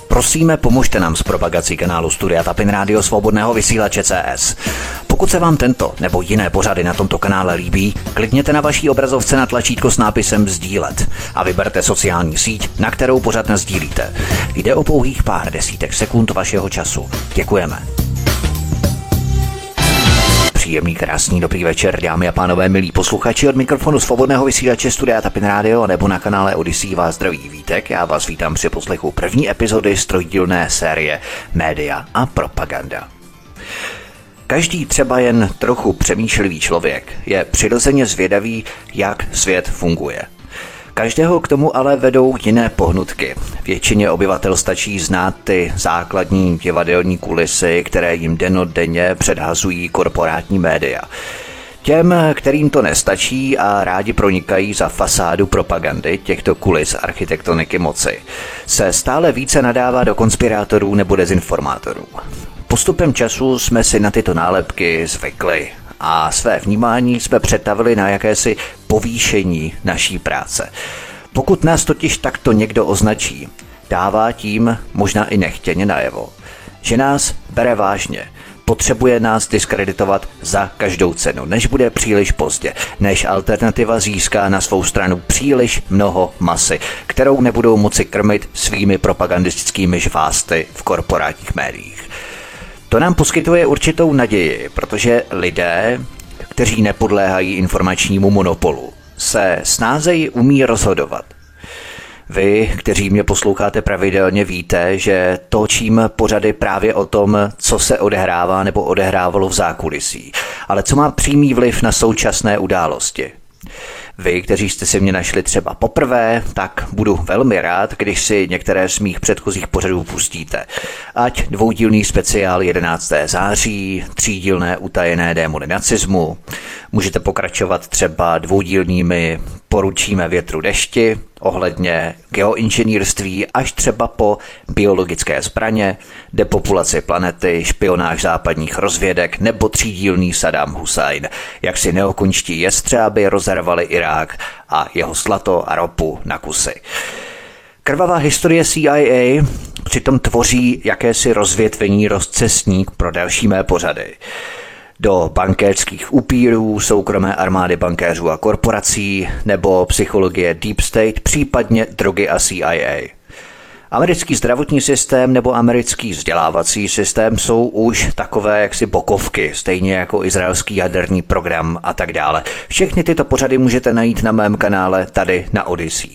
Prosíme, pomožte nám s propagací kanálu Studia Tapin Rádio Svobodného vysílače CS. Pokud se vám tento nebo jiné pořady na tomto kanále líbí, klikněte na vaší obrazovce na tlačítko s nápisem sdílet a vyberte sociální síť, na kterou pořad nasdílíte. Jde o pouhých pár desítek sekund vašeho času. Děkujeme. Příjemný, krásný, dobrý večer, dámy a pánové, milí posluchači, od mikrofonu Svobodného vysílače Studia Tapin Rádio nebo na kanále Odyssey vás zdraví Vítek. Já vás vítám při poslechu první epizody z trojdílné série Média a propaganda. Každý třeba jen trochu přemýšlivý člověk je přirozeně zvědavý, jak svět funguje. Každého k tomu ale vedou jiné pohnutky. Většině obyvatel stačí znát ty základní divadelní kulisy, které jim dennodenně předhazují korporátní média. Těm, kterým to nestačí a rádi pronikají za fasádu propagandy těchto kulis architektoniky moci, se stále více nadává do konspirátorů nebo dezinformátorů. Postupem času jsme si na tyto nálepky zvykli a své vnímání jsme přetavili na jakési povýšení naší práce. Pokud nás totiž takto někdo označí, dává tím možná i nechtěně najevo, že nás bere vážně, potřebuje nás diskreditovat za každou cenu, než bude příliš pozdě, než alternativa získá na svou stranu příliš mnoho masy, kterou nebudou moci krmit svými propagandistickými žvásty v korporátních médiích. To nám poskytuje určitou naději, protože lidé, kteří nepodléhají informačnímu monopolu, se snázeji umí rozhodovat. Vy, kteří mě posloucháte pravidelně, víte, že točím pořady právě o tom, co se odehrává nebo odehrávalo v zákulisí, ale co má přímý vliv na současné události. Vy, kteří jste si mě našli třeba poprvé, tak budu velmi rád, když si některé z mých předchozích pořadů pustíte. Ať dvoudílný speciál 11. září, třídílné utajené démony nacismu, můžete pokračovat třeba dvoudílnými Poručíme větru dešti, ohledně geoinženýrství až třeba po biologické zbraně, depopulaci planety, špionáž západních rozvědek nebo třídílný Saddam Hussein, jak si neokončtí jestřáby rozervali Irák a jeho zlato a ropu na kusy. Krvavá historie CIA přitom tvoří jakési rozvětvení rozcestník pro další mé pořady. Do bankéřských upírů, soukromé armády bankéřů a korporací nebo psychologie Deep State, případně drogy a CIA. Americký zdravotní systém nebo americký vzdělávací systém jsou už takové jaksi bokovky, stejně jako izraelský jaderný program a tak dále. Všechny tyto pořady můžete najít na mém kanále tady na Odyssey.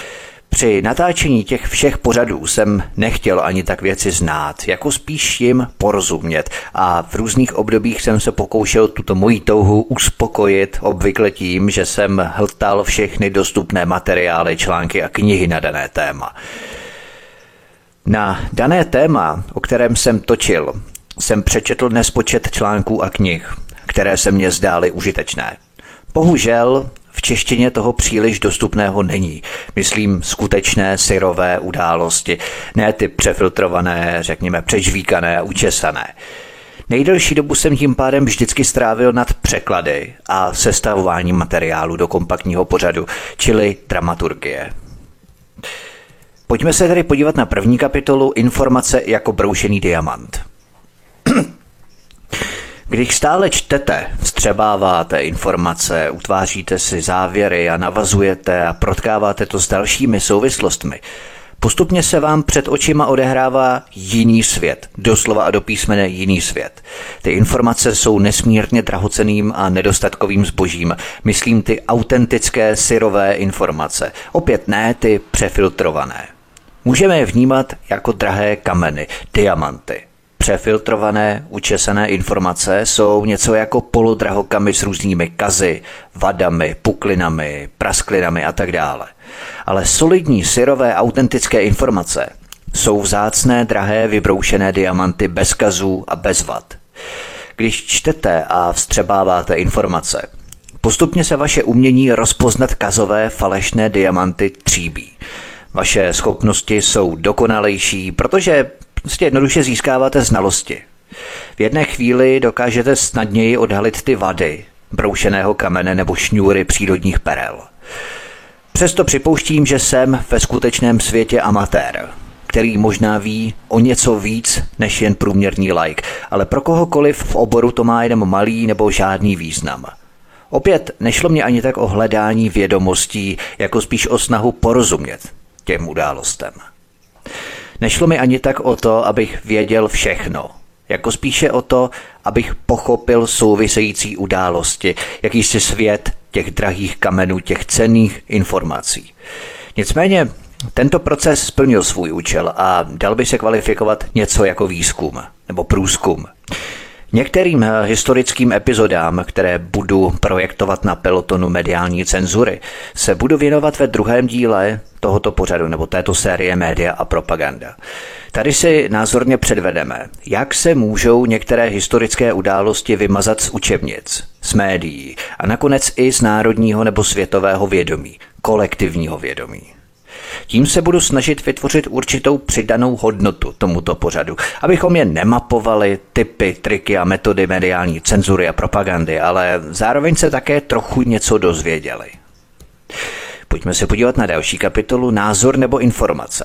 Při natáčení těch všech pořadů jsem nechtěl ani tak věci znát, jako spíš jim porozumět a v různých obdobích jsem se pokoušel tuto moji touhu uspokojit obvykle tím, že jsem hltal všechny dostupné materiály, články a knihy na dané téma. Na dané téma, o kterém jsem točil, jsem přečetl nespočet článků a knih, které se mně zdály užitečné. Bohužel v češtině toho příliš dostupného není. Myslím skutečné syrové události, ne ty přefiltrované, řekněme přežvíkané a učesané. Nejdelší dobu jsem tím pádem vždycky strávil nad překlady a sestavováním materiálu do kompaktního pořadu, čili dramaturgie. Pojďme se tedy podívat na první kapitolu Informace jako broušený diamant. Když stále čtete, vstřebáváte informace, utváříte si závěry a navazujete a protkáváte to s dalšími souvislostmi, postupně se vám před očima odehrává jiný svět, doslova a do písmene jiný svět. Ty informace jsou nesmírně drahocenným a nedostatkovým zbožím, myslím ty autentické syrové informace, opět ne ty přefiltrované. Můžeme je vnímat jako drahé kameny, diamanty. Přefiltrované, učesané informace jsou něco jako polodrahokamy s různými kazy, vadami, puklinami, prasklinami a tak dále. Ale solidní, syrové, autentické informace jsou vzácné, drahé, vybroušené diamanty bez kazů a bez vad. Když čtete a vstřebáváte informace, postupně se vaše umění rozpoznat kazové, falešné diamanty tříbí. Vaše schopnosti jsou dokonalejší, protože prostě jednoduše získáváte znalosti. V jedné chvíli dokážete snadněji odhalit ty vady broušeného kamene nebo šňůry přírodních perel. Přesto připouštím, že jsem ve skutečném světě amatér, který možná ví o něco víc než jen průměrný laik, ale pro kohokoliv v oboru to má jenom malý nebo žádný význam. Opět nešlo mě ani tak o hledání vědomostí, jako spíš o snahu porozumět těm událostem. Nešlo mi ani tak o to, abych věděl všechno, jako spíše o to, abych pochopil související události, jakýsi svět těch drahých kamenů, těch cenných informací. Nicméně tento proces splnil svůj účel a dal by se kvalifikovat něco jako výzkum nebo průzkum. Některým historickým epizodám, které budu projektovat na pelotonu mediální cenzury, se budu věnovat ve druhém díle tohoto pořadu nebo této série Média a propaganda. Tady si názorně předvedeme, jak se můžou některé historické události vymazat z učebnic, z médií a nakonec i z národního nebo světového vědomí, kolektivního vědomí. Tím se budu snažit vytvořit určitou přidanou hodnotu tomuto pořadu, abychom je nemapovali typy, triky a metody mediální cenzury a propagandy, ale zároveň se také trochu něco dozvěděli. Pojďme se podívat na další kapitolu Názor nebo informace.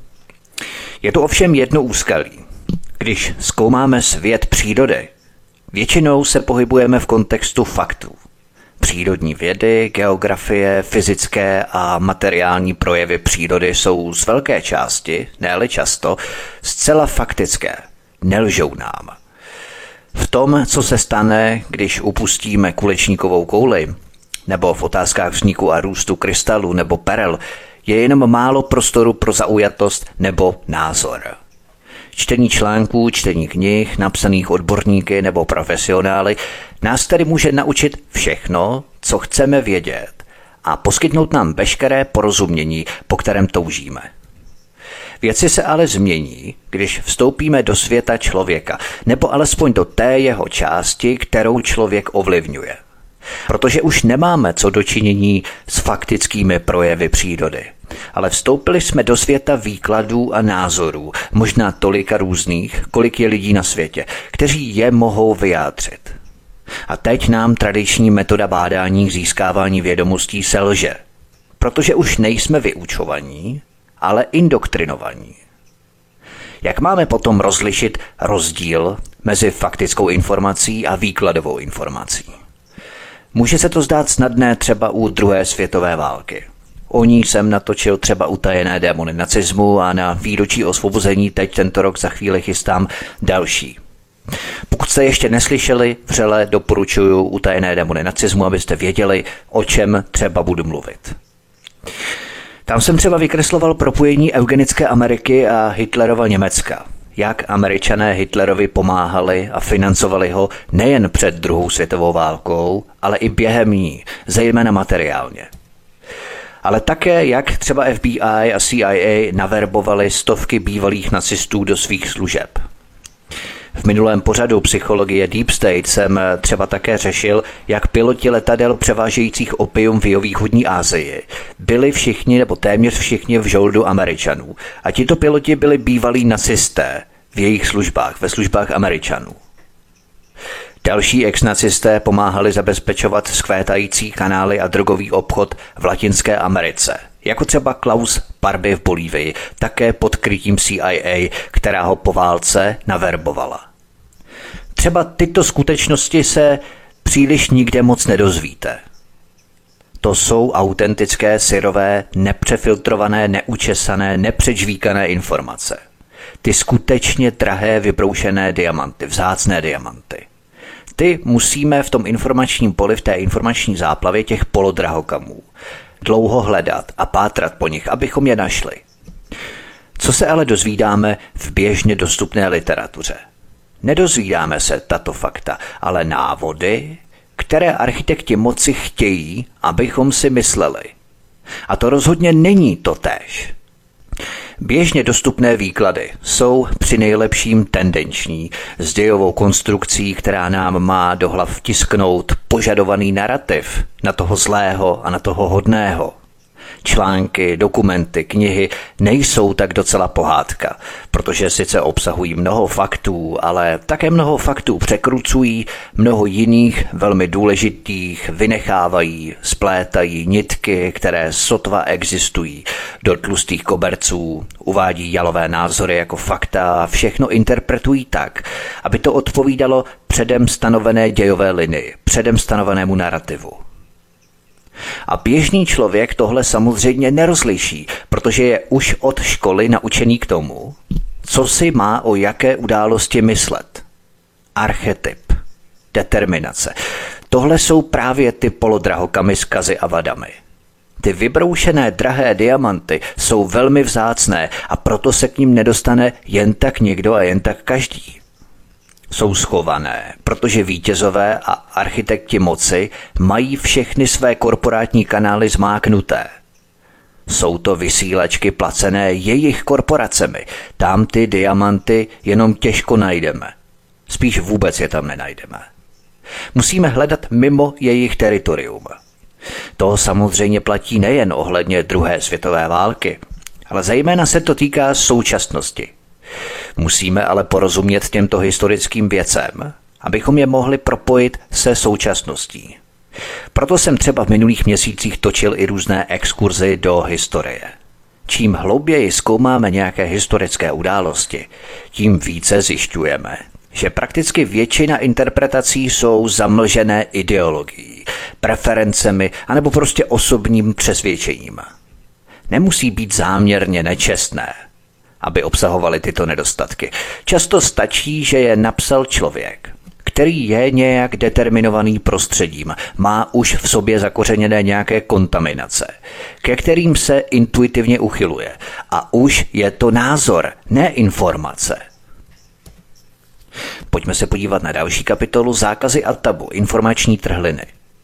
Je tu ovšem jedno úskalí. Když zkoumáme svět přírody, většinou se pohybujeme v kontextu faktů. Přírodní vědy, geografie, fyzické a materiální projevy přírody jsou z velké části, ne-li často, zcela faktické. Nelžou nám. V tom, co se stane, když upustíme kulečníkovou kouli, nebo v otázkách vzniku a růstu krystalů nebo perel, je jenom málo prostoru pro zaujatost nebo názor. Čtení článků, čtení knih, napsaných odborníky nebo profesionály nás tedy může naučit všechno, co chceme vědět a poskytnout nám veškeré porozumění, po kterém toužíme. Věci se ale změní, když vstoupíme do světa člověka, nebo alespoň do té jeho části, kterou člověk ovlivňuje. Protože už nemáme co dočinění s faktickými projevy přírody, ale vstoupili jsme do světa výkladů a názorů, možná tolika různých, kolik je lidí na světě, kteří je mohou vyjádřit. A teď nám tradiční metoda bádání k získávání vědomostí selže, protože už nejsme vyučovaní, ale indoktrinovaní. Jak máme potom rozlišit rozdíl mezi faktickou informací a výkladovou informací? Může se to zdát snadné třeba u druhé světové války. O ní jsem natočil třeba utajené démony nacismu a na výročí osvobození teď tento rok za chvíli chystám další. Pokud jste ještě neslyšeli, vřele doporučuji utajené démony nacismu, abyste věděli, o čem třeba budu mluvit. Tam jsem třeba vykresloval propojení eugenické Ameriky a Hitlerova Německa. Jak Američané Hitlerovi pomáhali a financovali ho nejen před druhou světovou válkou, ale i během ní, zejména materiálně. Ale také jak třeba FBI a CIA naverbovali stovky bývalých nacistů do svých služeb. V minulém pořadu Psychologie Deep State jsem třeba také řešil, jak piloti letadel převážejících opium v jihovýchodní Asii byli všichni nebo téměř všichni v žoldu Američanů a tito piloti byli bývalí nacisté v jejich službách, ve službách Američanů. Další ex-nacisté pomáhali zabezpečovat vzkvétající kanály a drogový obchod v Latinské Americe, jako třeba Klaus Barbie v Bolívii, také pod krytím CIA, která ho po válce naverbovala. Třeba tyto skutečnosti se příliš nikde moc nedozvíte. To jsou autentické, syrové, nepřefiltrované, neučesané, nepředžvíkané informace. Ty skutečně drahé vybroušené diamanty, vzácné diamanty. Ty musíme v tom informačním poli, v té informační záplavě těch polodrahokamů dlouho hledat a pátrat po nich, abychom je našli. Co se ale dozvídáme v běžně dostupné literatuře? Nedozvídáme se tato fakta, ale návody, které architekti moci chtějí, abychom si mysleli. A to rozhodně není totéž. Běžně dostupné výklady jsou při nejlepším tendenční, s dějovou konstrukcí, která nám má do hlav vtisknout požadovaný narrativ na toho zlého a na toho hodného. články, dokumenty, knihy nejsou tak docela pohádka, protože sice obsahují mnoho faktů, ale také mnoho faktů překrucují, mnoho jiných velmi důležitých vynechávají, splétají nitky, které sotva existují, do tlustých koberců, uvádí jalové názory jako fakta a všechno interpretují tak, aby to odpovídalo předem stanovené dějové linii, předem stanovenému narrativu. A běžný člověk tohle samozřejmě nerozliší, protože je už od školy naučený k tomu, co si má o jaké události myslet. Archetyp, determinace. Tohle jsou právě ty polodrahokamy s kazy a vadami. Ty vybroušené drahé diamanty jsou velmi vzácné a proto se k ním nedostane jen tak někdo a jen tak každý. Jsou schované, protože vítězové a architekti moci mají všechny své korporátní kanály zmáknuté. Jsou to vysílačky placené jejich korporacemi. Tam ty diamanty jenom těžko najdeme. Spíš vůbec je tam nenajdeme. Musíme hledat mimo jejich teritorium. To samozřejmě platí nejen ohledně druhé světové války, ale zejména se to týká současnosti. Musíme ale porozumět těmto historickým věcem, abychom je mohli propojit se současností. Proto jsem třeba v minulých měsících točil i různé exkurzy do historie. Čím hlouběji zkoumáme nějaké historické události, tím více zjišťujeme, že prakticky většina interpretací jsou zamlžené ideologií, preferencemi anebo prostě osobním přesvědčením. Nemusí být záměrně nečestné, aby obsahovaly tyto nedostatky. Často stačí, že je napsal člověk, který je nějak determinovaný prostředím, má už v sobě zakořeněné nějaké kontaminace, ke kterým se intuitivně uchyluje. A už je to názor, ne informace. Pojďme se podívat na další kapitolu Zákazy a tabu, informační trhliny.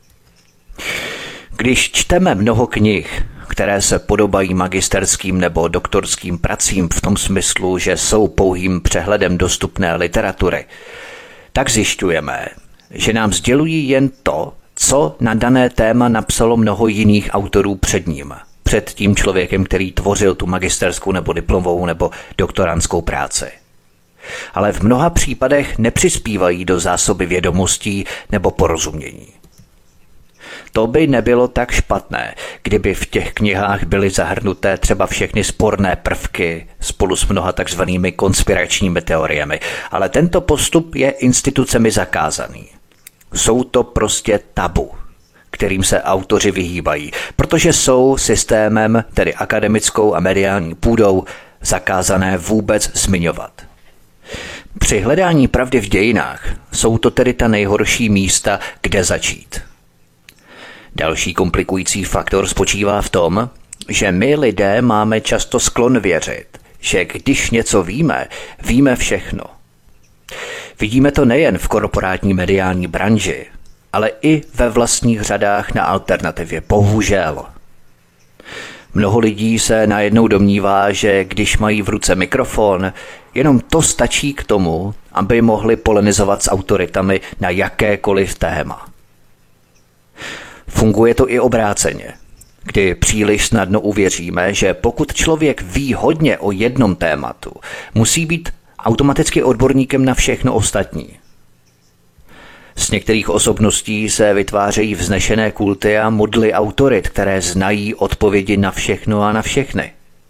Když čteme mnoho knih, které se podobají magisterským nebo doktorským pracím v tom smyslu, že jsou pouhým přehledem dostupné literatury, tak zjišťujeme, že nám sdělují jen to, co na dané téma napsalo mnoho jiných autorů před ním, před tím člověkem, který tvořil tu magisterskou nebo diplomovou nebo doktorantskou práci. Ale v mnoha případech nepřispívají do zásoby vědomostí nebo porozumění. To by nebylo tak špatné, kdyby v těch knihách byly zahrnuté třeba všechny sporné prvky spolu s mnoha takzvanými konspiračními teoriemi, ale tento postup je institucemi zakázaný. Jsou to prostě tabu, kterým se autoři vyhýbají, protože jsou systémem, tedy akademickou a mediální půdou, zakázané vůbec zmiňovat. Při hledání pravdy v dějinách jsou to tedy ta nejhorší místa, kde začít. Další komplikující faktor spočívá v tom, že my lidé máme často sklon věřit, že když něco víme, víme všechno. Vidíme to nejen v korporátní mediální branži, ale i ve vlastních řadách na alternativě, bohužel. Mnoho lidí se najednou domnívá, že když mají v ruce mikrofon, jenom to stačí k tomu, aby mohli polemizovat s autoritami na jakékoliv téma. Funguje to i obráceně, kdy příliš snadno uvěříme, že pokud člověk ví hodně o jednom tématu, musí být automaticky odborníkem na všechno ostatní. Z některých osobností se vytvářejí vznešené kulty a modly autorit, které znají odpovědi na všechno a na všechny.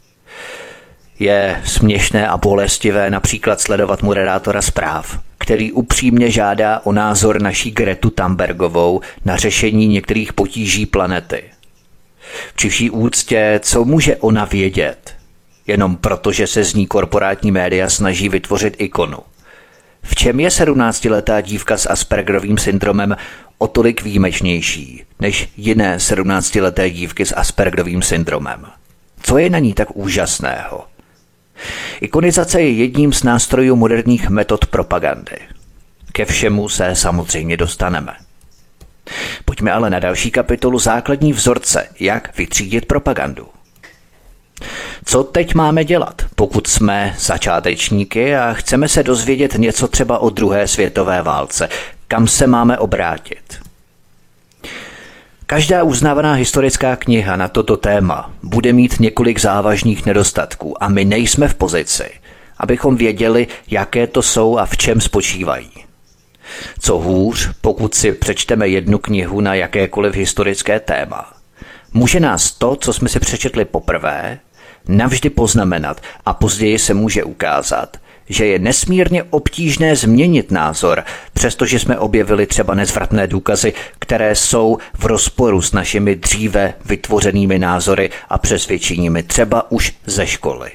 Je směšné a bolestivé například sledovat moderátora zpráv, který upřímně žádá o názor naší Gretu Thunbergovou na řešení některých potíží planety. Při vší úctě, co může ona vědět? Jenom proto, že se z ní korporátní média snaží vytvořit ikonu. V čem je 17letá dívka s Aspergerovým syndromem o tolik výjimečnější než jiné 17leté dívky s Aspergerovým syndromem? Co je na ní tak úžasného? Ikonizace je jedním z nástrojů moderních metod propagandy. Ke všemu se samozřejmě dostaneme. Pojďme ale na další kapitolu Základní vzorce, jak vytřídit propagandu. Co teď máme dělat, pokud jsme začátečníky a chceme se dozvědět něco třeba o druhé světové válce? Kam se máme obrátit? Každá uznávaná historická kniha na toto téma bude mít několik závažných nedostatků a my nejsme v pozici, abychom věděli, jaké to jsou a v čem spočívají. Co hůř, pokud si přečteme jednu knihu na jakékoliv historické téma, může nás to, co jsme si přečetli poprvé, navždy poznamenat a později se může ukázat, že je nesmírně obtížné změnit názor, přestože jsme objevili třeba nezvratné důkazy, které jsou v rozporu s našimi dříve vytvořenými názory a přesvědčeními třeba už ze školy.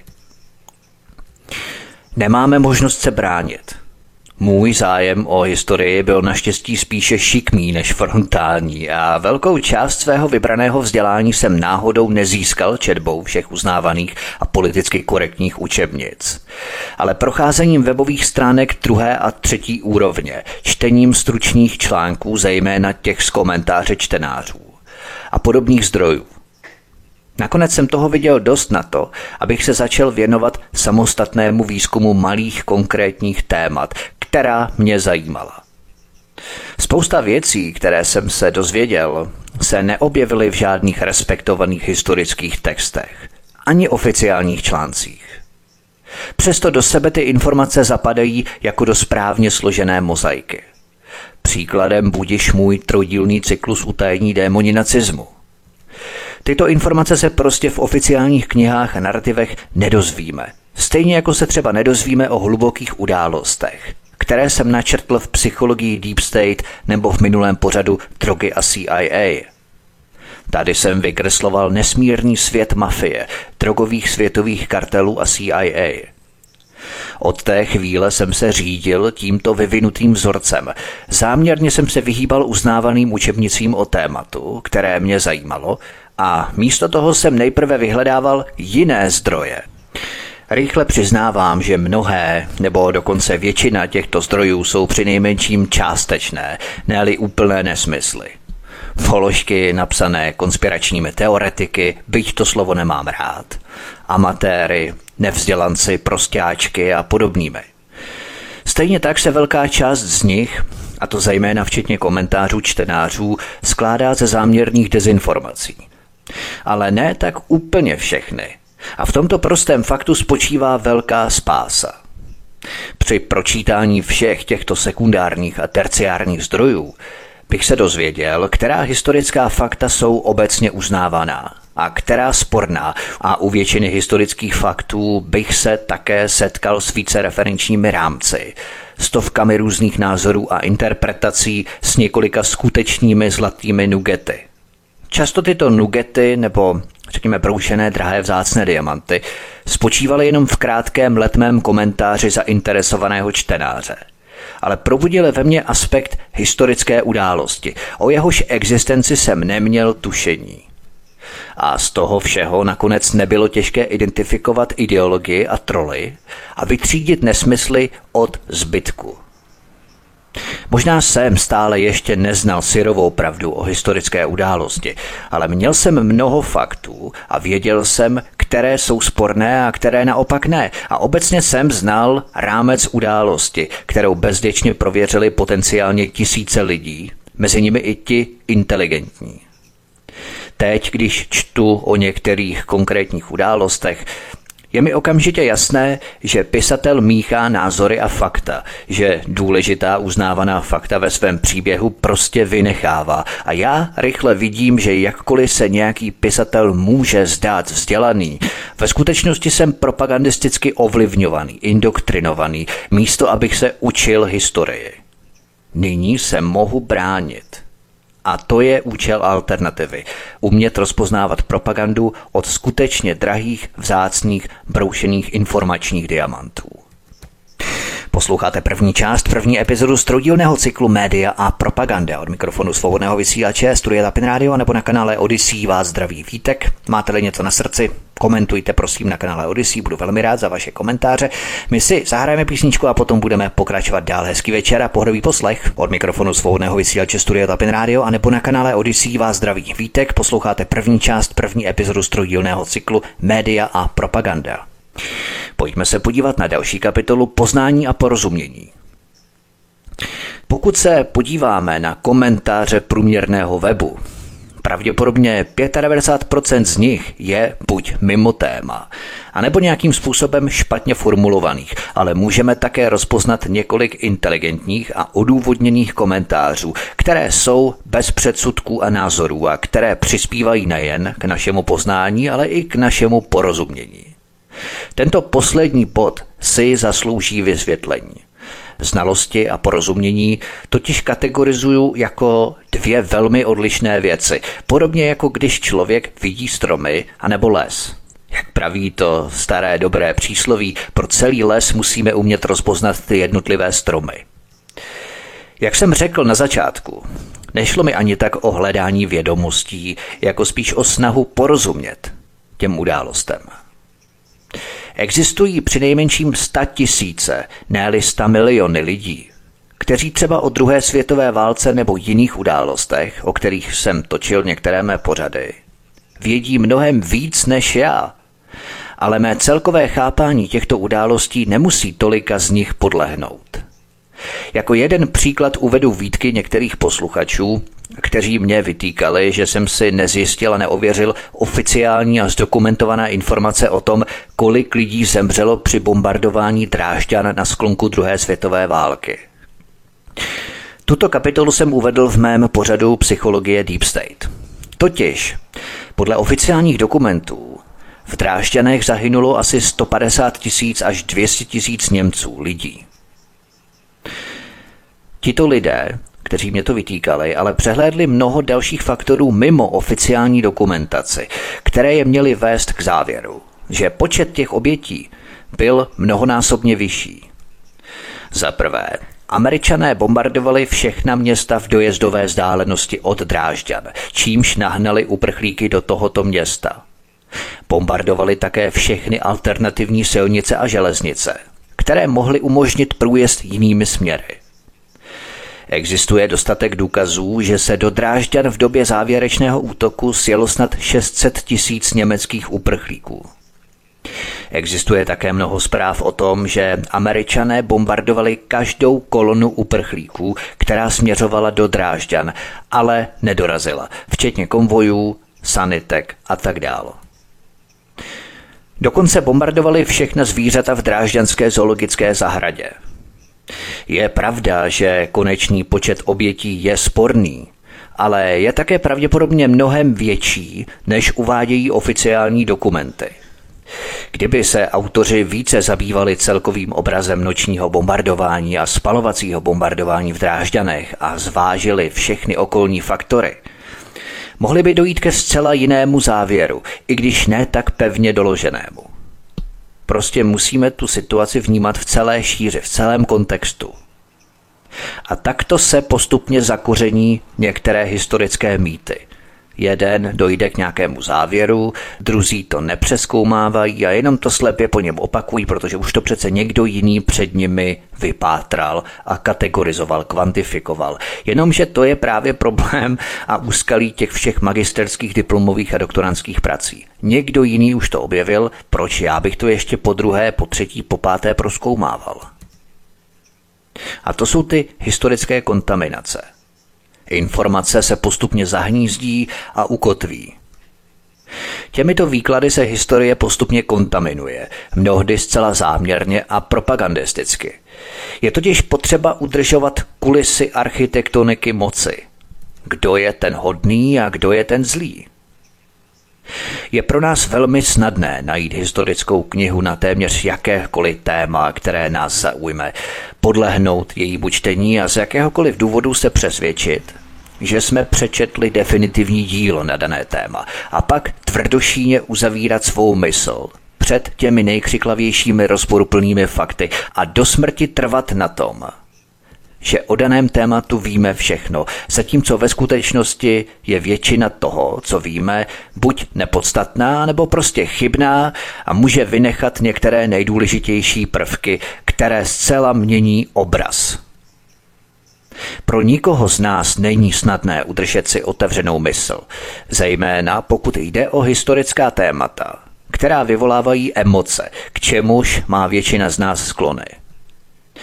Nemáme možnost se bránit. Můj zájem o historii byl naštěstí spíše šikmý než frontální a velkou část svého vybraného vzdělání jsem náhodou nezískal četbou všech uznávaných a politicky korektních učebnic, ale procházením webových stránek 2. a 3. úrovně, čtením stručných článků, zejména těch z komentáře čtenářů a podobných zdrojů. Nakonec jsem toho viděl dost na to, abych se začal věnovat samostatnému výzkumu malých konkrétních témat, která mě zajímala. Spousta věcí, které jsem se dozvěděl, se neobjevily v žádných respektovaných historických textech, ani oficiálních článcích. Přesto do sebe ty informace zapadají jako do správně složené mozaiky. Příkladem budiž můj trojdílný cyklus utajení démoni nacismu. Tyto informace se prostě v oficiálních knihách a narrativech nedozvíme. Stejně jako se třeba nedozvíme o hlubokých událostech, které jsem načrtl v Psychologii Deep State nebo v minulém pořadu Drogy a CIA. Tady jsem vykresloval nesmírný svět mafie, drogových světových kartelů a CIA. Od té chvíle jsem se řídil tímto vyvinutým vzorcem. Záměrně jsem se vyhýbal uznávaným učebnicím o tématu, které mě zajímalo, a místo toho jsem nejprve vyhledával jiné zdroje. Rychle přiznávám, že mnohé, nebo dokonce většina těchto zdrojů jsou přinejmenším částečné, ne-li úplné nesmysly. Položky napsané konspiračními teoretiky, byť to slovo nemám rád, amatéry, nevzdělanci, prostáčky a podobnými. Stejně tak se velká část z nich, a to zejména včetně komentářů čtenářů, skládá ze záměrných dezinformací. Ale ne tak úplně všechny. A v tomto prostém faktu spočívá velká spása. Při pročítání všech těchto sekundárních a terciárních zdrojů bych se dozvěděl, která historická fakta jsou obecně uznávaná a která sporná, a u většiny historických faktů bych se také setkal s více referenčními rámci, stovkami různých názorů a interpretací s několika skutečnými zlatými nugety. Často tyto nugety, nebo řekněme broušené drahé vzácné diamanty, spočívaly jenom v krátkém letmém komentáři zainteresovaného čtenáře. Ale probudily ve mně aspekt historické události, o jehož existenci jsem neměl tušení. A z toho všeho nakonec nebylo těžké identifikovat ideologii a troly a vytřídit nesmysly od zbytku. Možná jsem stále ještě neznal syrovou pravdu o historické události, ale měl jsem mnoho faktů a věděl jsem, které jsou sporné a které naopak ne. A obecně jsem znal rámec události, kterou bezděčně prověřili potenciálně tisíce lidí, mezi nimi i ti inteligentní. Teď, když čtu o některých konkrétních událostech, je mi okamžitě jasné, že pisatel míchá názory a fakta, že důležitá uznávaná fakta ve svém příběhu prostě vynechává. A já rychle vidím, že jakkoliv se nějaký pisatel může zdát vzdělaný, ve skutečnosti jsem propagandisticky ovlivňovaný, indoktrinovaný, místo abych se učil historii. Nyní se mohu bránit. A to je účel alternativy. Umět rozpoznávat propagandu od skutečně drahých, vzácných, broušených informačních diamantů. Posloucháte první část, první epizodu z trojdílného cyklu Média a propaganda. Od mikrofonu svobodného vysílače Studia Tapin Radio nebo na kanále Odyssey vás zdraví Vítek. Máte-li něco na srdci, komentujte prosím na kanále Odyssey, budu velmi rád za vaše komentáře. My si zahrajeme písničku a potom budeme pokračovat dál. Hezký večer a pohodový poslech. Od mikrofonu svobodného vysílače Studia Tapin Radio a nebo na kanále Odyssey vás zdraví Vítek. Posloucháte první část, první epizodu z trojdílného cyklu Média a propaganda. Pojďme se podívat na další kapitolu Poznání a porozumění. Pokud se podíváme na komentáře průměrného webu, Pravděpodobně 95% z nich je buď mimo téma, anebo nějakým způsobem špatně formulovaných, ale můžeme také rozpoznat několik inteligentních a odůvodněných komentářů, které jsou bez předsudků a názorů a které přispívají nejen k našemu poznání, ale i k našemu porozumění. Tento poslední bod si zaslouží vysvětlení. Znalosti a porozumění totiž kategorizuju jako dvě velmi odlišné věci, podobně jako když člověk vidí stromy anebo les. Jak praví to staré dobré přísloví, pro celý les musíme umět rozpoznat ty jednotlivé stromy. Jak jsem řekl na začátku, nešlo mi ani tak o hledání vědomostí, jako spíš o snahu porozumět těm událostem. Existují přinejmenším 100 000, ne-li 100 miliony lidí, kteří třeba o druhé světové válce nebo jiných událostech, o kterých jsem točil některé mé pořady, vědí mnohem víc než já, ale mé celkové chápání těchto událostí nemusí tolika z nich podlehnout. Jako jeden příklad uvedu výtky některých posluchačů, kteří mě vytýkali, že jsem si nezjistil a neověřil oficiální a zdokumentované informace o tom, kolik lidí zemřelo při bombardování Drážďan na sklonku druhé světové války. Tuto kapitolu jsem uvedl v mém pořadu Psychologie Deep State. Totiž, podle oficiálních dokumentů, v Drážďanech zahynulo asi 150 000 až 200 000 Němců, lidí. Tito lidé, kteří mě to vytýkali, ale přehlédli mnoho dalších faktorů mimo oficiální dokumentaci, které je měly vést k závěru, že počet těch obětí byl mnohonásobně vyšší. Za prvé, Američané bombardovali všechna města v dojezdové vzdálenosti od Drážďan, čímž nahnali uprchlíky do tohoto města. Bombardovali také všechny alternativní silnice a železnice, které mohly umožnit průjezd jinými směry. Existuje dostatek důkazů, že se do Drážďan v době závěrečného útoku sjelo snad 600 000 německých uprchlíků. Existuje také mnoho zpráv o tom, že Američané bombardovali každou kolonu uprchlíků, která směřovala do Drážďan, ale nedorazila, včetně konvojů, sanitek a tak dále. Dokonce bombardovali všechna zvířata v drážďanské zoologické zahradě. Je pravda, že konečný počet obětí je sporný, ale je také pravděpodobně mnohem větší, než uvádějí oficiální dokumenty. Kdyby se autoři více zabývali celkovým obrazem nočního bombardování a spalovacího bombardování v Drážďanech a zvážili všechny okolní faktory, mohli by dojít ke zcela jinému závěru, i když ne tak pevně doloženému. Prostě musíme tu situaci vnímat v celé šíři, v celém kontextu. A takto se postupně zakoření některé historické mýty. Jeden dojde k nějakému závěru, druzí to nepřezkoumávají a jenom to slepě po něm opakují, protože už to přece někdo jiný před nimi vypátral a kategorizoval, kvantifikoval. Jenomže to je právě problém a úskalí těch všech magisterských, diplomových a doktorandských prací. Někdo jiný už to objevil, proč já bych to ještě po druhé, po třetí, po páté prozkoumával. A to jsou ty historické kontaminace. Informace se postupně zahnízdí a ukotví. Těmito výklady se historie postupně kontaminuje, mnohdy zcela záměrně a propagandisticky. Je totiž potřeba udržovat kulisy architektoniky moci. Kdo je ten hodný a kdo je ten zlý? Je pro nás velmi snadné najít historickou knihu na téměř jakékoliv téma, které nás zaujme, podlehnout jejímu čtení a z jakéhokoliv důvodu se přesvědčit, že jsme přečetli definitivní dílo na dané téma a pak tvrdošíně uzavírat svou mysl před těmi nejkřiklavějšími rozporuplnými fakty a do smrti trvat na tom, že o daném tématu víme všechno, zatímco ve skutečnosti je většina toho, co víme, buď nepodstatná, nebo prostě chybná a může vynechat některé nejdůležitější prvky, které zcela mění obraz. Pro nikoho z nás není snadné udržet si otevřenou mysl, zejména pokud jde o historická témata, která vyvolávají emoce, k čemuž má většina z nás sklony.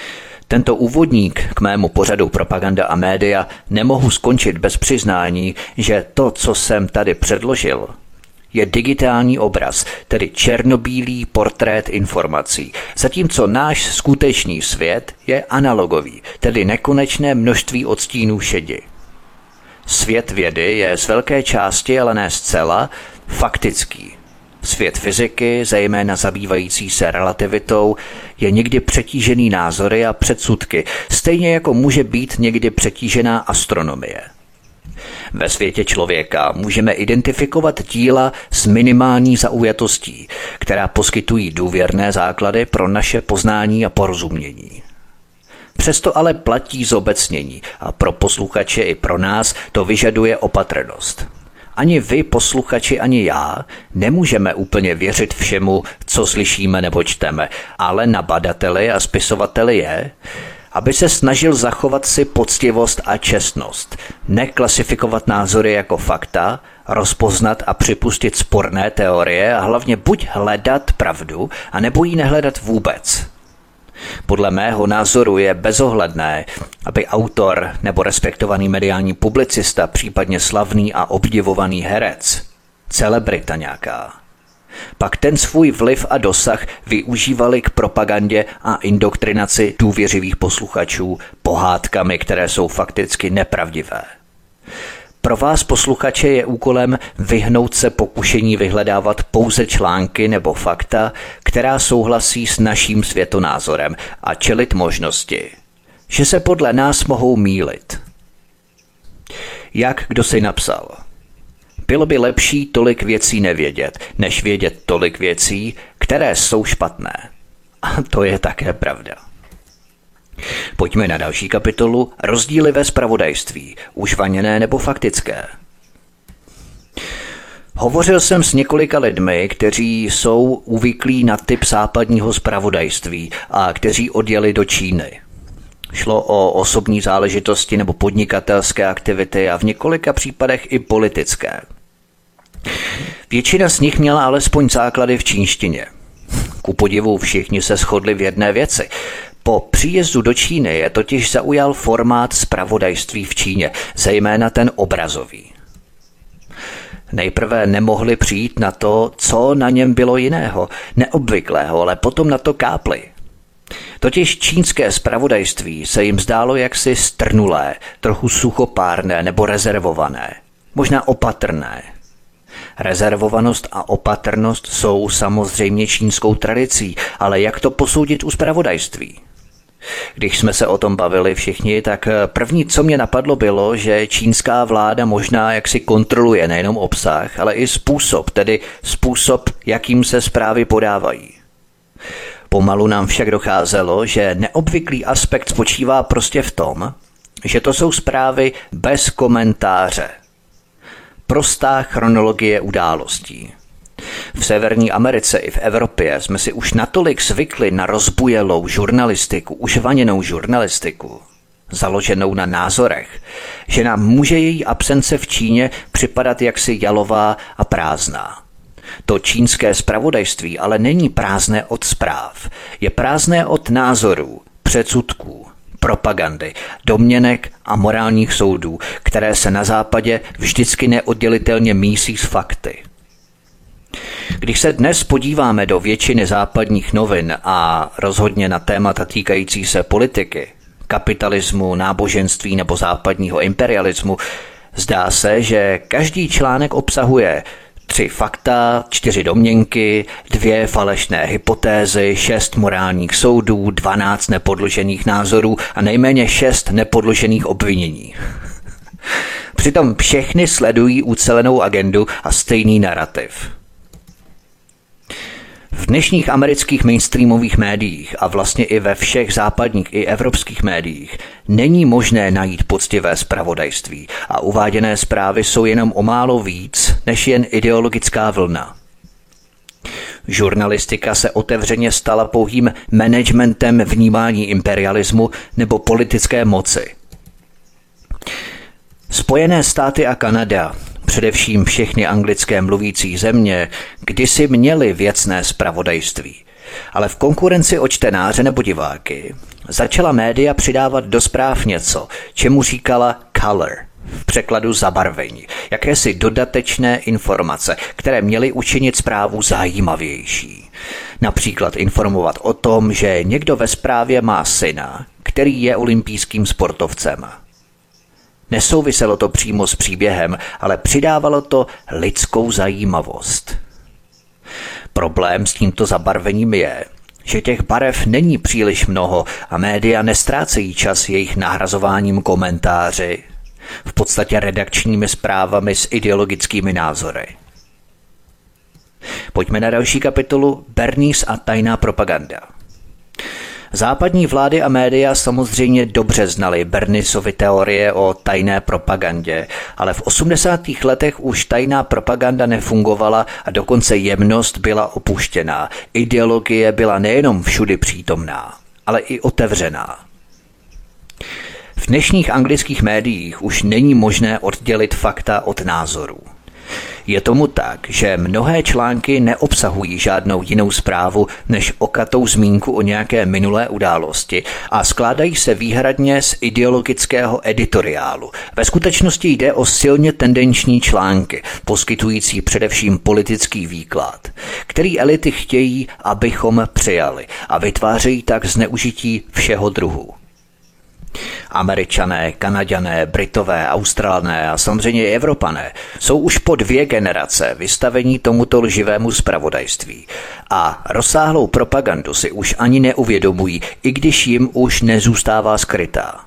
Tento úvodník k mému pořadu Propaganda a média nemohu skončit bez přiznání, že to, co jsem tady předložil, je digitální obraz, tedy černobílý portrét informací, zatímco náš skutečný svět je analogový, tedy nekonečné množství odstínů šedi. Svět vědy je z velké části, ale ne zcela, faktický. Svět fyziky, zejména zabývající se relativitou, je někdy přetížený názory a předsudky, stejně jako může být někdy přetížená astronomie. Ve světě člověka můžeme identifikovat díla s minimální zaujatostí, která poskytují důvěrné základy pro naše poznání a porozumění. Přesto ale platí zobecnění a pro posluchače i pro nás to vyžaduje opatrnost. Ani vy, posluchači, ani já nemůžeme úplně věřit všemu, co slyšíme nebo čteme, ale na badateli a spisovateli je, aby se snažil zachovat si poctivost a čestnost, neklasifikovat názory jako fakta, rozpoznat a připustit sporné teorie a hlavně buď hledat pravdu, anebo ji nehledat vůbec. Podle mého názoru je bezohledné, aby autor nebo respektovaný mediální publicista, případně slavný a obdivovaný herec, celebrita nějaká, pak ten svůj vliv a dosah využívali k propagandě a indoktrinaci důvěřivých posluchačů pohádkami, které jsou fakticky nepravdivé. Pro vás, posluchače, je úkolem vyhnout se pokušení vyhledávat pouze články nebo fakta, která souhlasí s naším světonázorem a čelit možnosti, že se podle nás mohou mýlit. Jak kdo si napsal? Bylo by lepší tolik věcí nevědět, než vědět tolik věcí, které jsou špatné. A to je také pravda. Pojďme na další kapitolu rozdíly ve zpravodajství, užvaněné nebo faktické. Hovořil jsem s několika lidmi, kteří jsou uvyklí na typ západního zpravodajství a kteří odjeli do Číny. Šlo o osobní záležitosti nebo podnikatelské aktivity a v několika případech i politické. Většina z nich měla alespoň základy v čínštině. Ku podivu všichni se shodli v jedné věci. Po příjezdu do Číny je totiž zaujal formát zpravodajství v Číně, zejména ten obrazový. Nejprve nemohli přijít na to, co na něm bylo jiného, neobvyklého, ale potom na to kápli. Totiž čínské zpravodajství se jim zdálo jaksi strnulé, trochu suchopárné nebo rezervované, možná opatrné. Rezervovanost a opatrnost jsou samozřejmě čínskou tradicí, ale jak to posoudit u zpravodajství? Když jsme se o tom bavili všichni, tak první, co mě napadlo, bylo, že čínská vláda možná jaksi kontroluje nejenom obsah, ale i způsob, tedy způsob, jakým se zprávy podávají. Pomalu nám však docházelo, že neobvyklý aspekt spočívá prostě v tom, že to jsou zprávy bez komentáře. Prostá chronologie událostí. V Severní Americe i v Evropě jsme si už natolik zvykli na rozbujelou žurnalistiku, užvaněnou žurnalistiku, založenou na názorech, že nám může její absence v Číně připadat jaksi jalová a prázdná. To čínské zpravodajství ale není prázdné od zpráv, je prázdné od názorů, předsudků, propagandy, domněnek a morálních soudů, které se na západě vždycky neoddělitelně mísí s fakty. Když se dnes podíváme do většiny západních novin a rozhodně na témata týkající se politiky, kapitalismu, náboženství nebo západního imperialismu, zdá se, že každý článek obsahuje 3 fakta, 4 domněnky, 2 falešné hypotézy, 6 morálních soudů, 12 nepodložených názorů a nejméně 6 nepodložených obvinění. Přitom všechny sledují ucelenou agendu a stejný narrativ. V dnešních amerických mainstreamových médiích a vlastně i ve všech západních i evropských médiích není možné najít poctivé zpravodajství a uváděné zprávy jsou jenom o málo víc než jen ideologická vlna. Žurnalistika se otevřeně stala pouhým managementem vnímání imperialismu nebo politické moci. Spojené státy a Kanada, především všechny anglické mluvící země, kdysi měly věcné zpravodajství, ale v konkurenci o čtenáře nebo diváky začala média přidávat do zpráv něco, čemu říkala color, v překladu zabarvení, jakési dodatečné informace, které měly učinit zprávu zajímavější. Například informovat o tom, že někdo ve zprávě má syna, který je olympijským sportovcem. Nesouviselo to přímo s příběhem, ale přidávalo to lidskou zajímavost. Problém s tímto zabarvením je, že těch barev není příliš mnoho a média nestrácejí čas jejich nahrazováním komentáři, v podstatě redakčními zprávami s ideologickými názory. Pojďme na další kapitolu Bernays a tajná propaganda. Západní vlády a média samozřejmě dobře znaly Bernaysovy teorie o tajné propagandě, ale v 80. letech už tajná propaganda nefungovala a dokonce jemnost byla opuštěná. Ideologie byla nejenom všudy přítomná, ale i otevřená. V dnešních anglických médiích už není možné oddělit fakta od názorů. Je tomu tak, že mnohé články neobsahují žádnou jinou zprávu než okatou zmínku o nějaké minulé události a skládají se výhradně z ideologického editoriálu. Ve skutečnosti jde o silně tendenční články, poskytující především politický výklad, který elity chtějí, abychom přijali a vytvářejí tak zneužití všeho druhu. Američané, Kanaďané, Britové, Australané a samozřejmě i Evropané jsou už po 2 generace vystavení tomuto lživému zpravodajství a rozsáhlou propagandu si už ani neuvědomují, i když jim už nezůstává skrytá.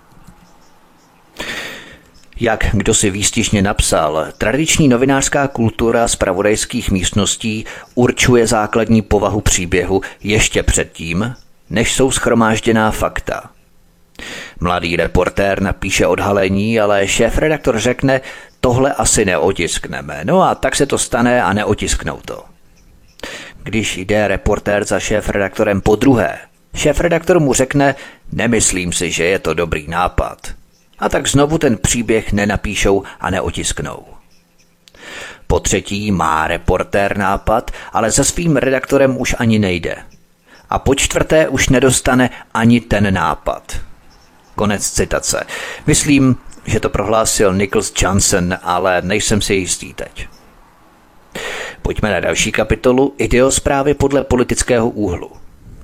Jak kdo si výstižně napsal, tradiční novinářská kultura zpravodajských místností určuje základní povahu příběhu ještě předtím, než jsou shromážděná fakta. Mladý reportér napíše odhalení, ale šéfredaktor řekne, tohle asi neotiskneme. No a tak se to stane a neotisknou to. Když jde reportér za šéfredaktorem podruhé, šéfredaktor mu řekne, nemyslím si, že je to dobrý nápad. A tak znovu ten příběh nenapíšou a neotisknou. Po třetí má reportér nápad, ale za svým redaktorem už ani nejde. A po čtvrté už nedostane ani ten nápad. Konec citace. Myslím, že to prohlásil Nicholas Johnson, ale nejsem si jistý teď. Pojďme na další kapitolu Ideosprávy podle politického úhlu.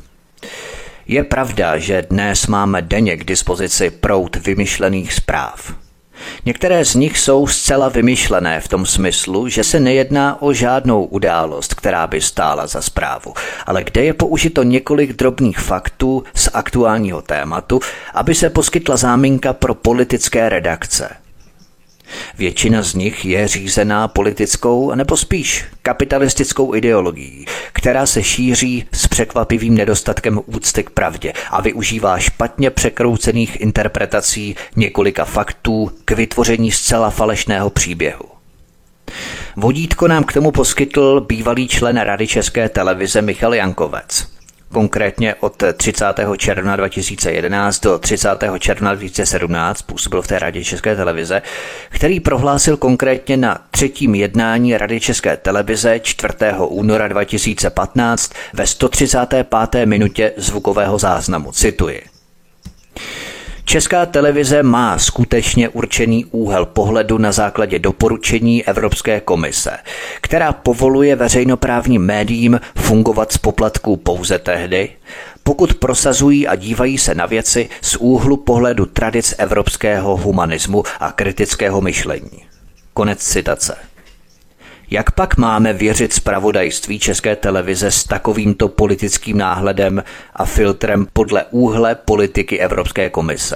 Je pravda, že dnes máme denně k dispozici proud vymyšlených zpráv. Některé z nich jsou zcela vymyšlené v tom smyslu, že se nejedná o žádnou událost, která by stála za zprávu, ale kde je použito několik drobných faktů z aktuálního tématu, aby se poskytla záminka pro politické redakce. Většina z nich je řízená politickou nebo spíš kapitalistickou ideologií, která se šíří s překvapivým nedostatkem úcty k pravdě a využívá špatně překroucených interpretací několika faktů k vytvoření zcela falešného příběhu. Vodítko nám k tomu poskytl bývalý člen Rady České televize Michal Jankovec. Konkrétně od 30. června 2011 do 30. června 2017 působil v té Radě České televize, který prohlásil konkrétně na 3. jednání Rady České televize 4. února 2015 ve 135. minutě zvukového záznamu. Cituji. Česká televize má skutečně určený úhel pohledu na základě doporučení Evropské komise, která povoluje veřejnoprávním médiím fungovat z poplatků pouze tehdy, pokud prosazují a dívají se na věci z úhlu pohledu tradic evropského humanismu a kritického myšlení. Konec citace. Jak pak máme věřit zpravodajství České televize s takovýmto politickým náhledem a filtrem podle úhle politiky Evropské komise?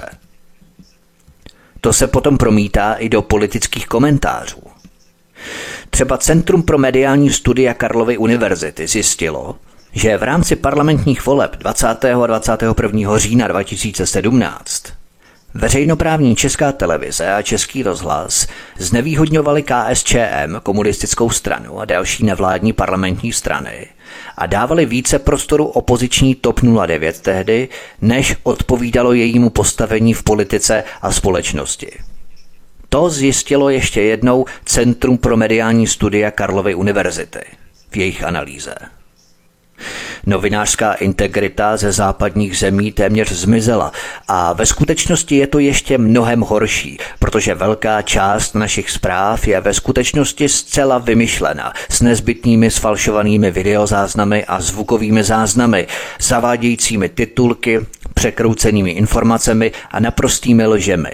To se potom promítá i do politických komentářů. Třeba Centrum pro mediální studia Karlovy univerzity zjistilo, že v rámci parlamentních voleb 20. a 21. října 2017 veřejnoprávní Česká televize a Český rozhlas znevýhodňovali KSČM, komunistickou stranu a další nevládní parlamentní strany a dávali více prostoru opoziční TOP 09 tehdy, než odpovídalo jejímu postavení v politice a společnosti. To zjistilo ještě jednou Centrum pro mediální studia Karlovy univerzity v jejich analýze. Novinářská integrita ze západních zemí téměř zmizela a ve skutečnosti je to ještě mnohem horší, protože velká část našich zpráv je ve skutečnosti zcela vymyšlena s nezbytnými sfalšovanými videozáznamy a zvukovými záznamy, zavádějícími titulky, překroucenými informacemi a naprostými lžemi.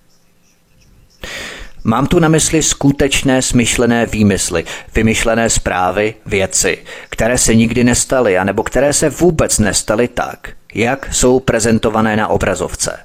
Mám tu na mysli skutečné smyšlené výmysly, vymyšlené zprávy, věci, které se nikdy nestaly, anebo které se vůbec nestaly tak, jak jsou prezentované na obrazovce.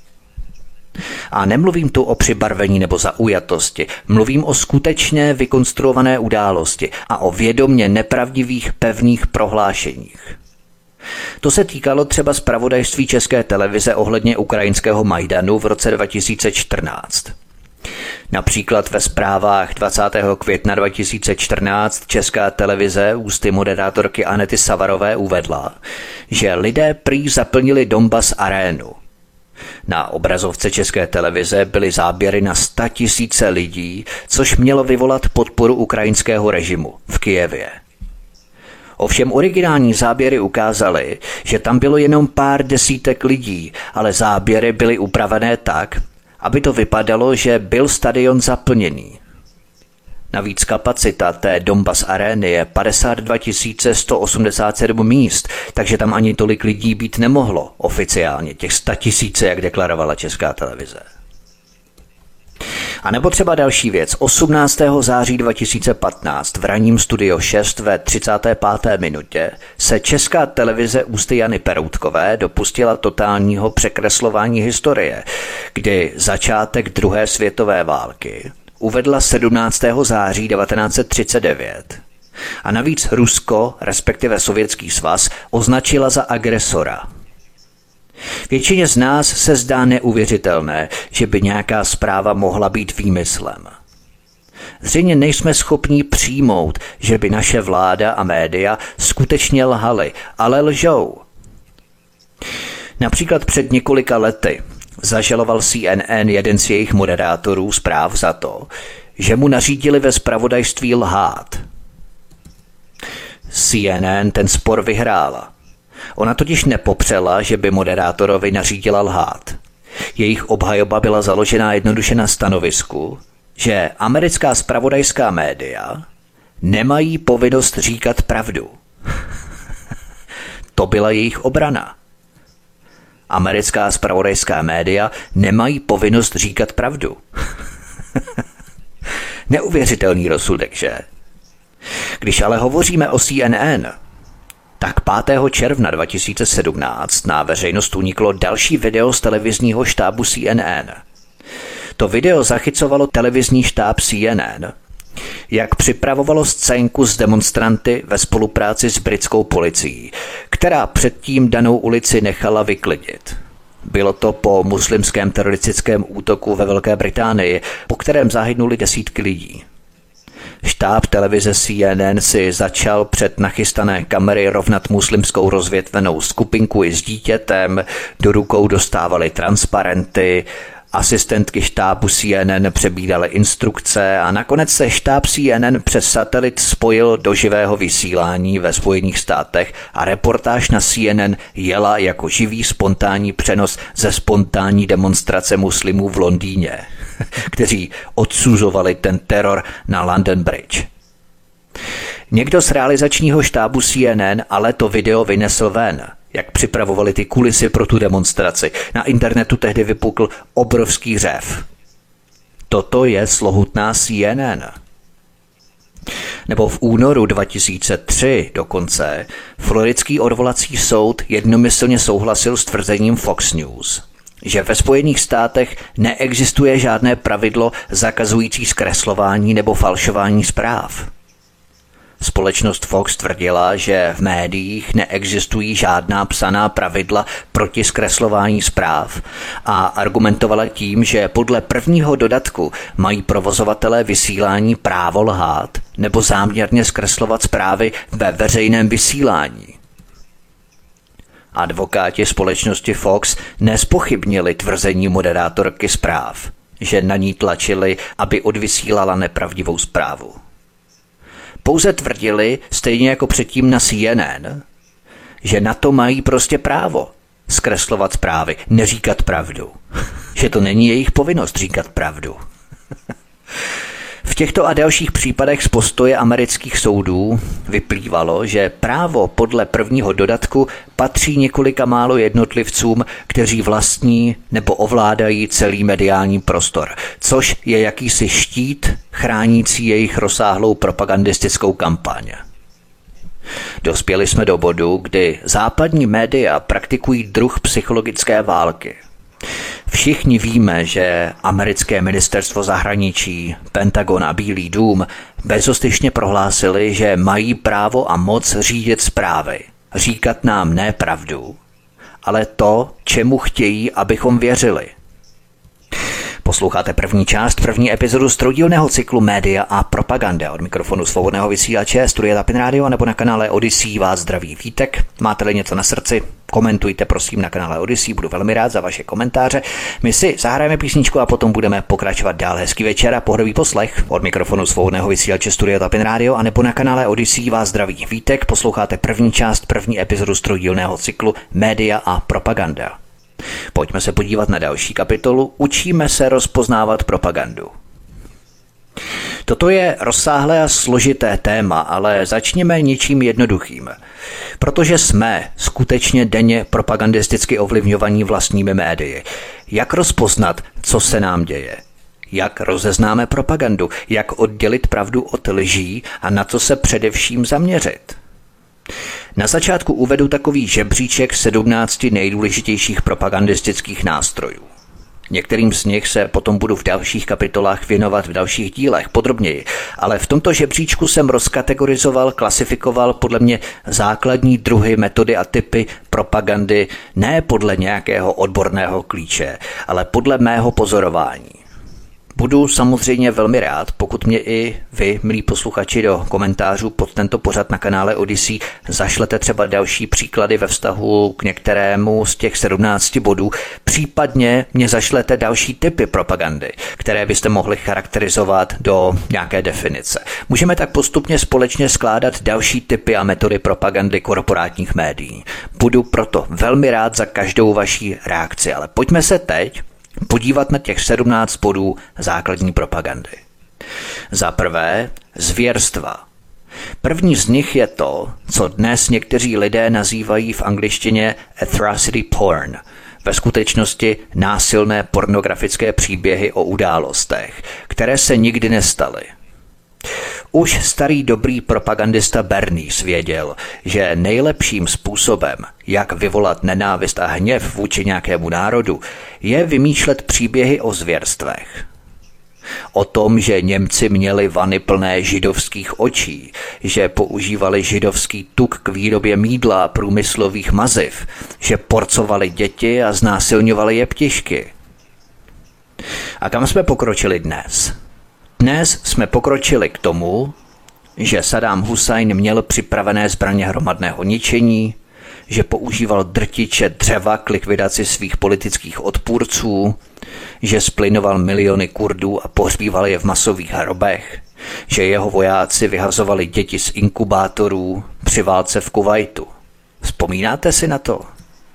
A nemluvím tu o přibarvení nebo zaujatosti, mluvím o skutečně vykonstruované události a o vědomě nepravdivých pevných prohlášeních. To se týkalo třeba zpravodajství České televize ohledně ukrajinského Majdanu v roce 2014. Například ve zprávách 20. května 2014 Česká televize ústy moderátorky Anety Savarové uvedla, že lidé prý zaplnili Donbas arénu. Na obrazovce České televize byly záběry na 100 000 lidí, což mělo vyvolat podporu ukrajinského režimu v Kyjevě. Ovšem originální záběry ukázaly, že tam bylo jenom pár desítek lidí, ale záběry byly upravené tak, aby to vypadalo, že byl stadion zaplněný. Navíc kapacita té Donbas arény je 52 187 míst, takže tam ani tolik lidí být nemohlo oficiálně, těch 100 000, jak deklarovala Česká televize. A nebo třeba další věc. 18. září 2015 v ranním Studio 6 ve 35. minutě se Česká televize ústy Jany Peroutkové dopustila totálního překreslování historie, kdy začátek druhé světové války uvedla 17. září 1939. A navíc Rusko, respektive Sovětský svaz, označila za agresora. Většině z nás se zdá neuvěřitelné, že by nějaká zpráva mohla být výmyslem. Zřejmě nejsme schopni přijmout, že by naše vláda a média skutečně lhaly, ale lžou. Například před několika lety zažaloval CNN jeden z jejich moderátorů zpráv za to, že mu nařídili ve zpravodajství lhát. CNN ten spor vyhrála. Ona totiž nepopřela, že by moderátorovi nařídila lhát. Jejich obhajoba byla založena jednoduše na stanovisku, že americká zpravodajská média nemají povinnost říkat pravdu. To byla jejich obrana. Americká zpravodajská média nemají povinnost říkat pravdu. Neuvěřitelný rozsudek, že? Když ale hovoříme o CNN, tak 5. června 2017 na veřejnost uniklo další video z televizního štábu CNN. To video zachycovalo televizní štáb CNN, jak připravovalo scénku s demonstranty ve spolupráci s britskou policií, která předtím danou ulici nechala vyklidit. Bylo to po muslimském teroristickém útoku ve Velké Británii, po kterém zahynuli desítky lidí. Štáb televize CNN si začal před nachystané kamery rovnat muslimskou rozvětvenou skupinku i s dítětem, do rukou dostávali transparenty, asistentky štábu CNN přebídaly instrukce a nakonec se štáb CNN přes satelit spojil do živého vysílání ve Spojených státech a reportáž na CNN jela jako živý spontánní přenos ze spontánní demonstrace muslimů v Londýně, kteří odsuzovali ten teror na London Bridge. Někdo z realizačního štábu CNN ale to video vynesl ven, jak připravovali ty kulisy pro tu demonstraci. Na internetu tehdy vypukl obrovský řev. Toto je slohutná CNN. Nebo v únoru 2003 dokonce floridský odvolací soud jednomyslně souhlasil s tvrzením Fox News, že ve Spojených státech neexistuje žádné pravidlo zakazující zkreslování nebo falšování zpráv. Společnost Fox tvrdila, že v médiích neexistují žádná psaná pravidla proti zkreslování zpráv a argumentovala tím, že podle prvního dodatku mají provozovatelé vysílání právo lhát nebo záměrně zkreslovat zprávy ve veřejném vysílání. Advokáti společnosti Fox nezpochybnili tvrzení moderátorky zpráv, že na ní tlačili, aby odvysílala nepravdivou zprávu. Pouze tvrdili, stejně jako předtím na CNN, že na to mají prostě právo. Zkreslovat zprávy, neříkat pravdu. Že to není jejich povinnost říkat pravdu. V těchto a dalších případech z postoje amerických soudů vyplývalo, že právo podle prvního dodatku patří několika málo jednotlivcům, kteří vlastní nebo ovládají celý mediální prostor, což je jakýsi štít chránící jejich rozsáhlou propagandistickou kampaň. Dospěli jsme do bodu, kdy západní média praktikují druh psychologické války. Všichni víme, že americké ministerstvo zahraničí, Pentagon a Bílý dům bezostyšně prohlásili, že mají právo a moc řídit zprávy, říkat nám ne pravdu, ale to, čemu chtějí, abychom věřili. Posloucháte první epizodu z trojdílného cyklu Média a propaganda. Od mikrofonu svobodného vysílače Studia Tapin Radio nebo na kanále Odyssey vás zdraví Vítek. Máte-li něco na srdci, komentujte prosím na kanále Odyssey, budu velmi rád za vaše komentáře. My si zahrajeme písničku a potom budeme pokračovat dál. Hezký večer a pohodový poslech. Od mikrofonu svobodného vysílače Studia Tapin Radio a nebo na kanále Odyssey vás zdraví Vítek. Posloucháte první epizodu z trojdílného cyklu Média a propaganda. Pojďme se podívat na další kapitolu. Učíme se rozpoznávat propagandu. Toto je rozsáhlé a složité téma, ale začněme něčím jednoduchým. Protože jsme skutečně denně propagandisticky ovlivňovaní vlastními médii. Jak rozpoznat, co se nám děje? Jak rozeznáme propagandu? Jak oddělit pravdu od lží a na co se především zaměřit? Na začátku uvedu takový žebříček 17 nejdůležitějších propagandistických nástrojů. Některým z nich se potom budu v dalších kapitolách věnovat v dalších dílech podrobněji, ale v tomto žebříčku jsem rozkategorizoval, klasifikoval podle mě základní druhy, metody a typy propagandy ne podle nějakého odborného klíče, ale podle mého pozorování. Budu samozřejmě velmi rád, pokud mě i vy, milí posluchači, do komentářů pod tento pořad na kanále Odyssey zašlete třeba další příklady ve vztahu k některému z těch 17 bodů, případně mě zašlete další typy propagandy, které byste mohli charakterizovat do nějaké definice. Můžeme tak postupně společně skládat další typy a metody propagandy korporátních médií. Budu proto velmi rád za každou vaší reakci, ale pojďme se teď podívat na těch 17 bodů základní propagandy. Za prvé, zvěrstva. První z nich je to, co dnes někteří lidé nazývají v angličtině atrocity porn, ve skutečnosti násilné pornografické příběhy o událostech, které se nikdy nestaly. Už starý dobrý propagandista Bernays věděl, že nejlepším způsobem, jak vyvolat nenávist a hněv vůči nějakému národu, je vymýšlet příběhy o zvěrstvech. O tom, že Němci měli vany plné židovských očí, že používali židovský tuk k výrobě mýdla a průmyslových maziv, že porcovali děti a znásilňovali je ptišky. A kam jsme pokročili dnes? Dnes jsme pokročili k tomu, že Saddam Husajn měl připravené zbraně hromadného ničení, že používal drtiče dřeva k likvidaci svých politických odpůrců, že splynoval miliony Kurdů a pohřbíval je v masových hrobech, že jeho vojáci vyhazovali děti z inkubátorů při válce v Kuvajtu. Vzpomínáte si na to?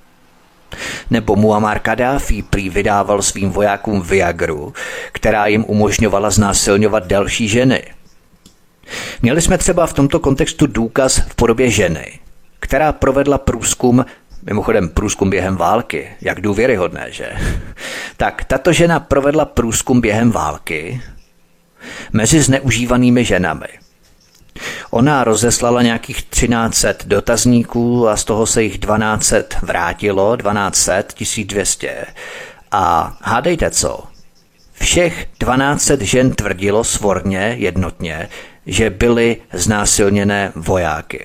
Nebo Muammar Kaddáfí prý vydával svým vojákům Viagru, která jim umožňovala znásilňovat další ženy. Měli jsme třeba v tomto kontextu důkaz v podobě ženy, která provedla průzkum, mimochodem průzkum během války, jak důvěryhodné, že? Tak tato žena provedla průzkum během války mezi zneužívanými ženami. Ona rozeslala nějakých 1300 dotazníků a z toho se jich 1200 vrátilo, 1200. A hádejte co? Všech 1200 žen tvrdilo svorně, jednotně, že byly znásilněné vojáky.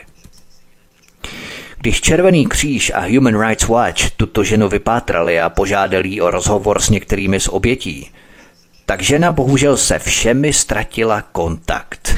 Když Červený kříž a Human Rights Watch tuto ženu vypátrali a požádali ji o rozhovor s některými z obětí, tak žena bohužel se všemi ztratila kontakt.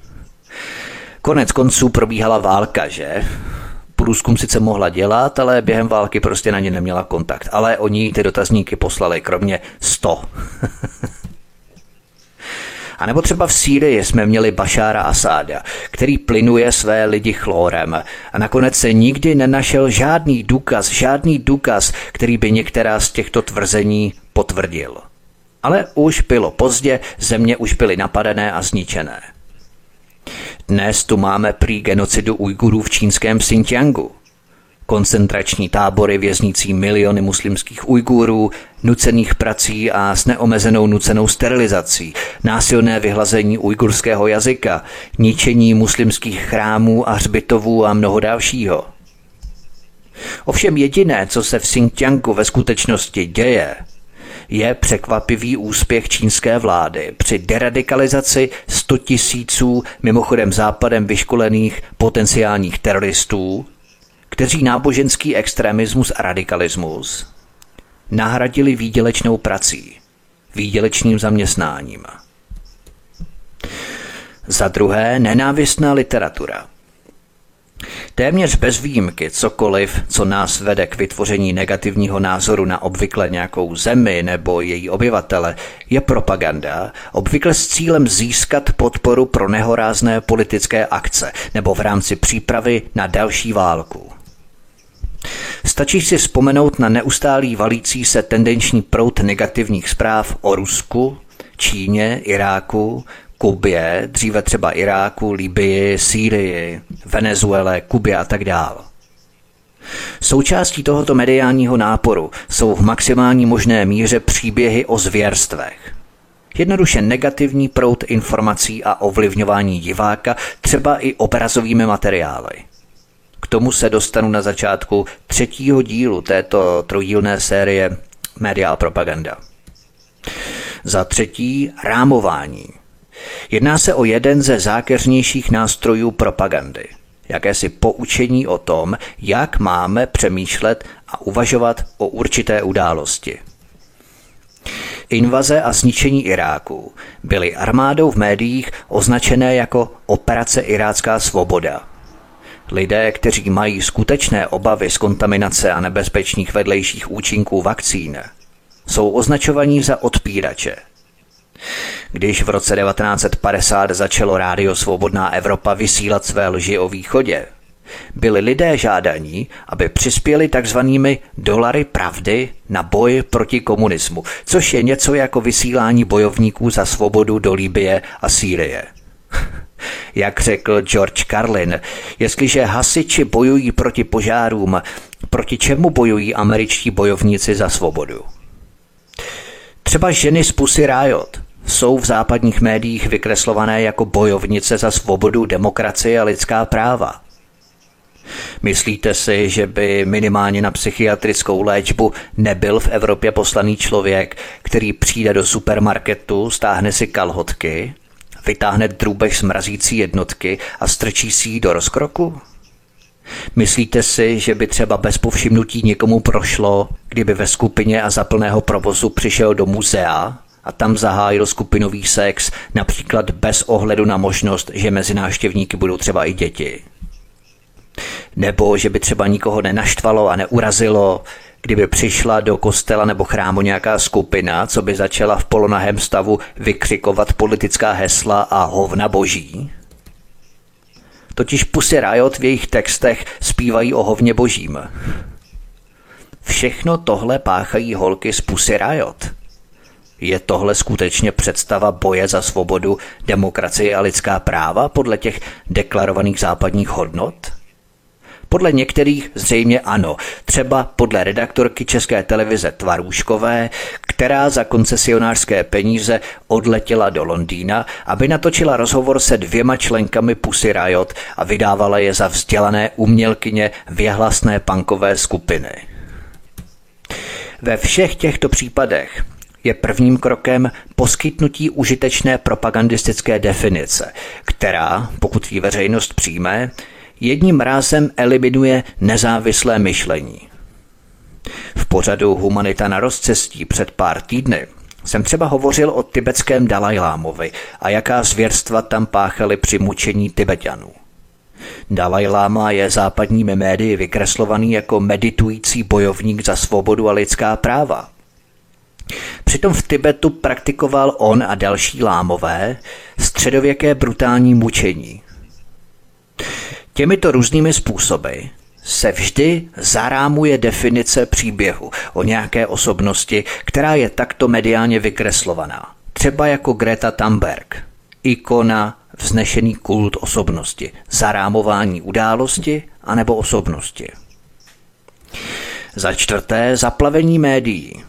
Konec konců probíhala válka, že? Průzkum sice mohla dělat, ale během války prostě na ně neměla kontakt. Ale oni ty dotazníky poslali kromě 100. A nebo třeba v Sýrii jsme měli Bašára Asáda, který plynuje své lidi chlórem a nakonec se nikdy nenašel žádný důkaz, který by některá z těchto tvrzení potvrdil. Ale už bylo pozdě, země už byly napadené a zničené. Dnes tu máme prý genocidu Ujgurů v čínském Xinjiangu. Koncentrační tábory věznící miliony muslimských Ujgurů, nucených prací a s neomezenou nucenou sterilizací, násilné vyhlazení ujgurského jazyka, ničení muslimských chrámů a hřbitovů a mnoho dalšího. Ovšem jediné, co se v Xinjiangu ve skutečnosti děje, je překvapivý úspěch čínské vlády při deradikalizaci 100 000 mimochodem západem vyškolených potenciálních teroristů, kteří náboženský extremismus a radikalismus nahradili výdělečnou prací, výdělečným zaměstnáním. Za druhé, nenávistná literatura. Téměř bez výjimky cokoliv, co nás vede k vytvoření negativního názoru na obvykle nějakou zemi nebo její obyvatele, je propaganda, obvykle s cílem získat podporu pro nehorázné politické akce nebo v rámci přípravy na další válku. Stačí si vzpomenout na neustálý valící se tendenční proud negativních zpráv o Rusku, Číně, Iráku, Kubě, dříve třeba Iráku, Libyi, Sýrii, Venezuele, Kubě a tak dál. Součástí tohoto mediálního náporu jsou v maximální možné míře příběhy o zvěrstvech. Jednoduše negativní proud informací a ovlivňování diváka, třeba i obrazovými materiály. K tomu se dostanu na začátku 3. dílu této trojdílné série Média a propaganda. Za 3. rámování. Jedná se o jeden ze zákeřnějších nástrojů propagandy. Jakési poučení o tom, jak máme přemýšlet a uvažovat o určité události. Invaze a zničení Iráku byly armádou v médiích označené jako Operace Irácká svoboda. Lidé, kteří mají skutečné obavy z kontaminace a nebezpečných vedlejších účinků vakcín, jsou označovaní za odpírače. Když v roce 1950 začalo rádio Svobodná Evropa vysílat své lži o východě, byli lidé žádaní, aby přispěli takzvanými dolary pravdy na boj proti komunismu, což je něco jako vysílání bojovníků za svobodu do Libye a Sýrie. Jak řekl George Carlin, jestliže hasiči bojují proti požárům, proti čemu bojují američtí bojovníci za svobodu? Třeba ženy z Pussy Riot jsou v západních médiích vykreslované jako bojovnice za svobodu, demokracii a lidská práva. Myslíte si, že by minimálně na psychiatrickou léčbu nebyl v Evropě poslaný člověk, který přijde do supermarketu, stáhne si kalhotky, vytáhne drůbež z mrazící jednotky a strčí si ji do rozkroku? Myslíte si, že by třeba bez povšimnutí někomu prošlo, kdyby ve skupině a za plného provozu přišel do muzea a tam zahájil skupinový sex, například bez ohledu na možnost, že mezi návštěvníky budou třeba i děti? Nebo že by třeba nikoho nenaštvalo a neurazilo, kdyby přišla do kostela nebo chrámu nějaká skupina, co by začala v polonahém stavu vykřikovat politická hesla a hovna boží? Totiž Pussy Riot v jejich textech zpívají o hovně božím. Všechno tohle páchají holky z Pussy Riot. Je tohle skutečně představa boje za svobodu, demokracii a lidská práva podle těch deklarovaných západních hodnot? Podle některých zřejmě ano, třeba podle redaktorky České televize Tvarůškové, která za koncesionářské peníze odletěla do Londýna, aby natočila rozhovor se 2 členkami Pussy Riot a vydávala je za vzdělané umělkyně věhlasné punkové skupiny. Ve všech těchto případech je prvním krokem poskytnutí užitečné propagandistické definice, která, pokud ji veřejnost přijme, jedním rázem eliminuje nezávislé myšlení. V pořadu Humanita na rozcestí před pár týdny jsem třeba hovořil o tibetském Dalajlámovi a jaká zvěrstva tam páchali při mučení Tibeťanů. Dalajláma je západními médii vykreslovaný jako meditující bojovník za svobodu a lidská práva. Přitom v Tibetu praktikoval on a další lámové středověké brutální mučení. Těmito různými způsoby se vždy zarámuje definice příběhu o nějaké osobnosti, která je takto mediálně vykreslovaná. Třeba jako Greta Thunberg, ikona, vznešený kult osobnosti, zarámování události anebo osobnosti. Za čtvrté, zaplavení médií.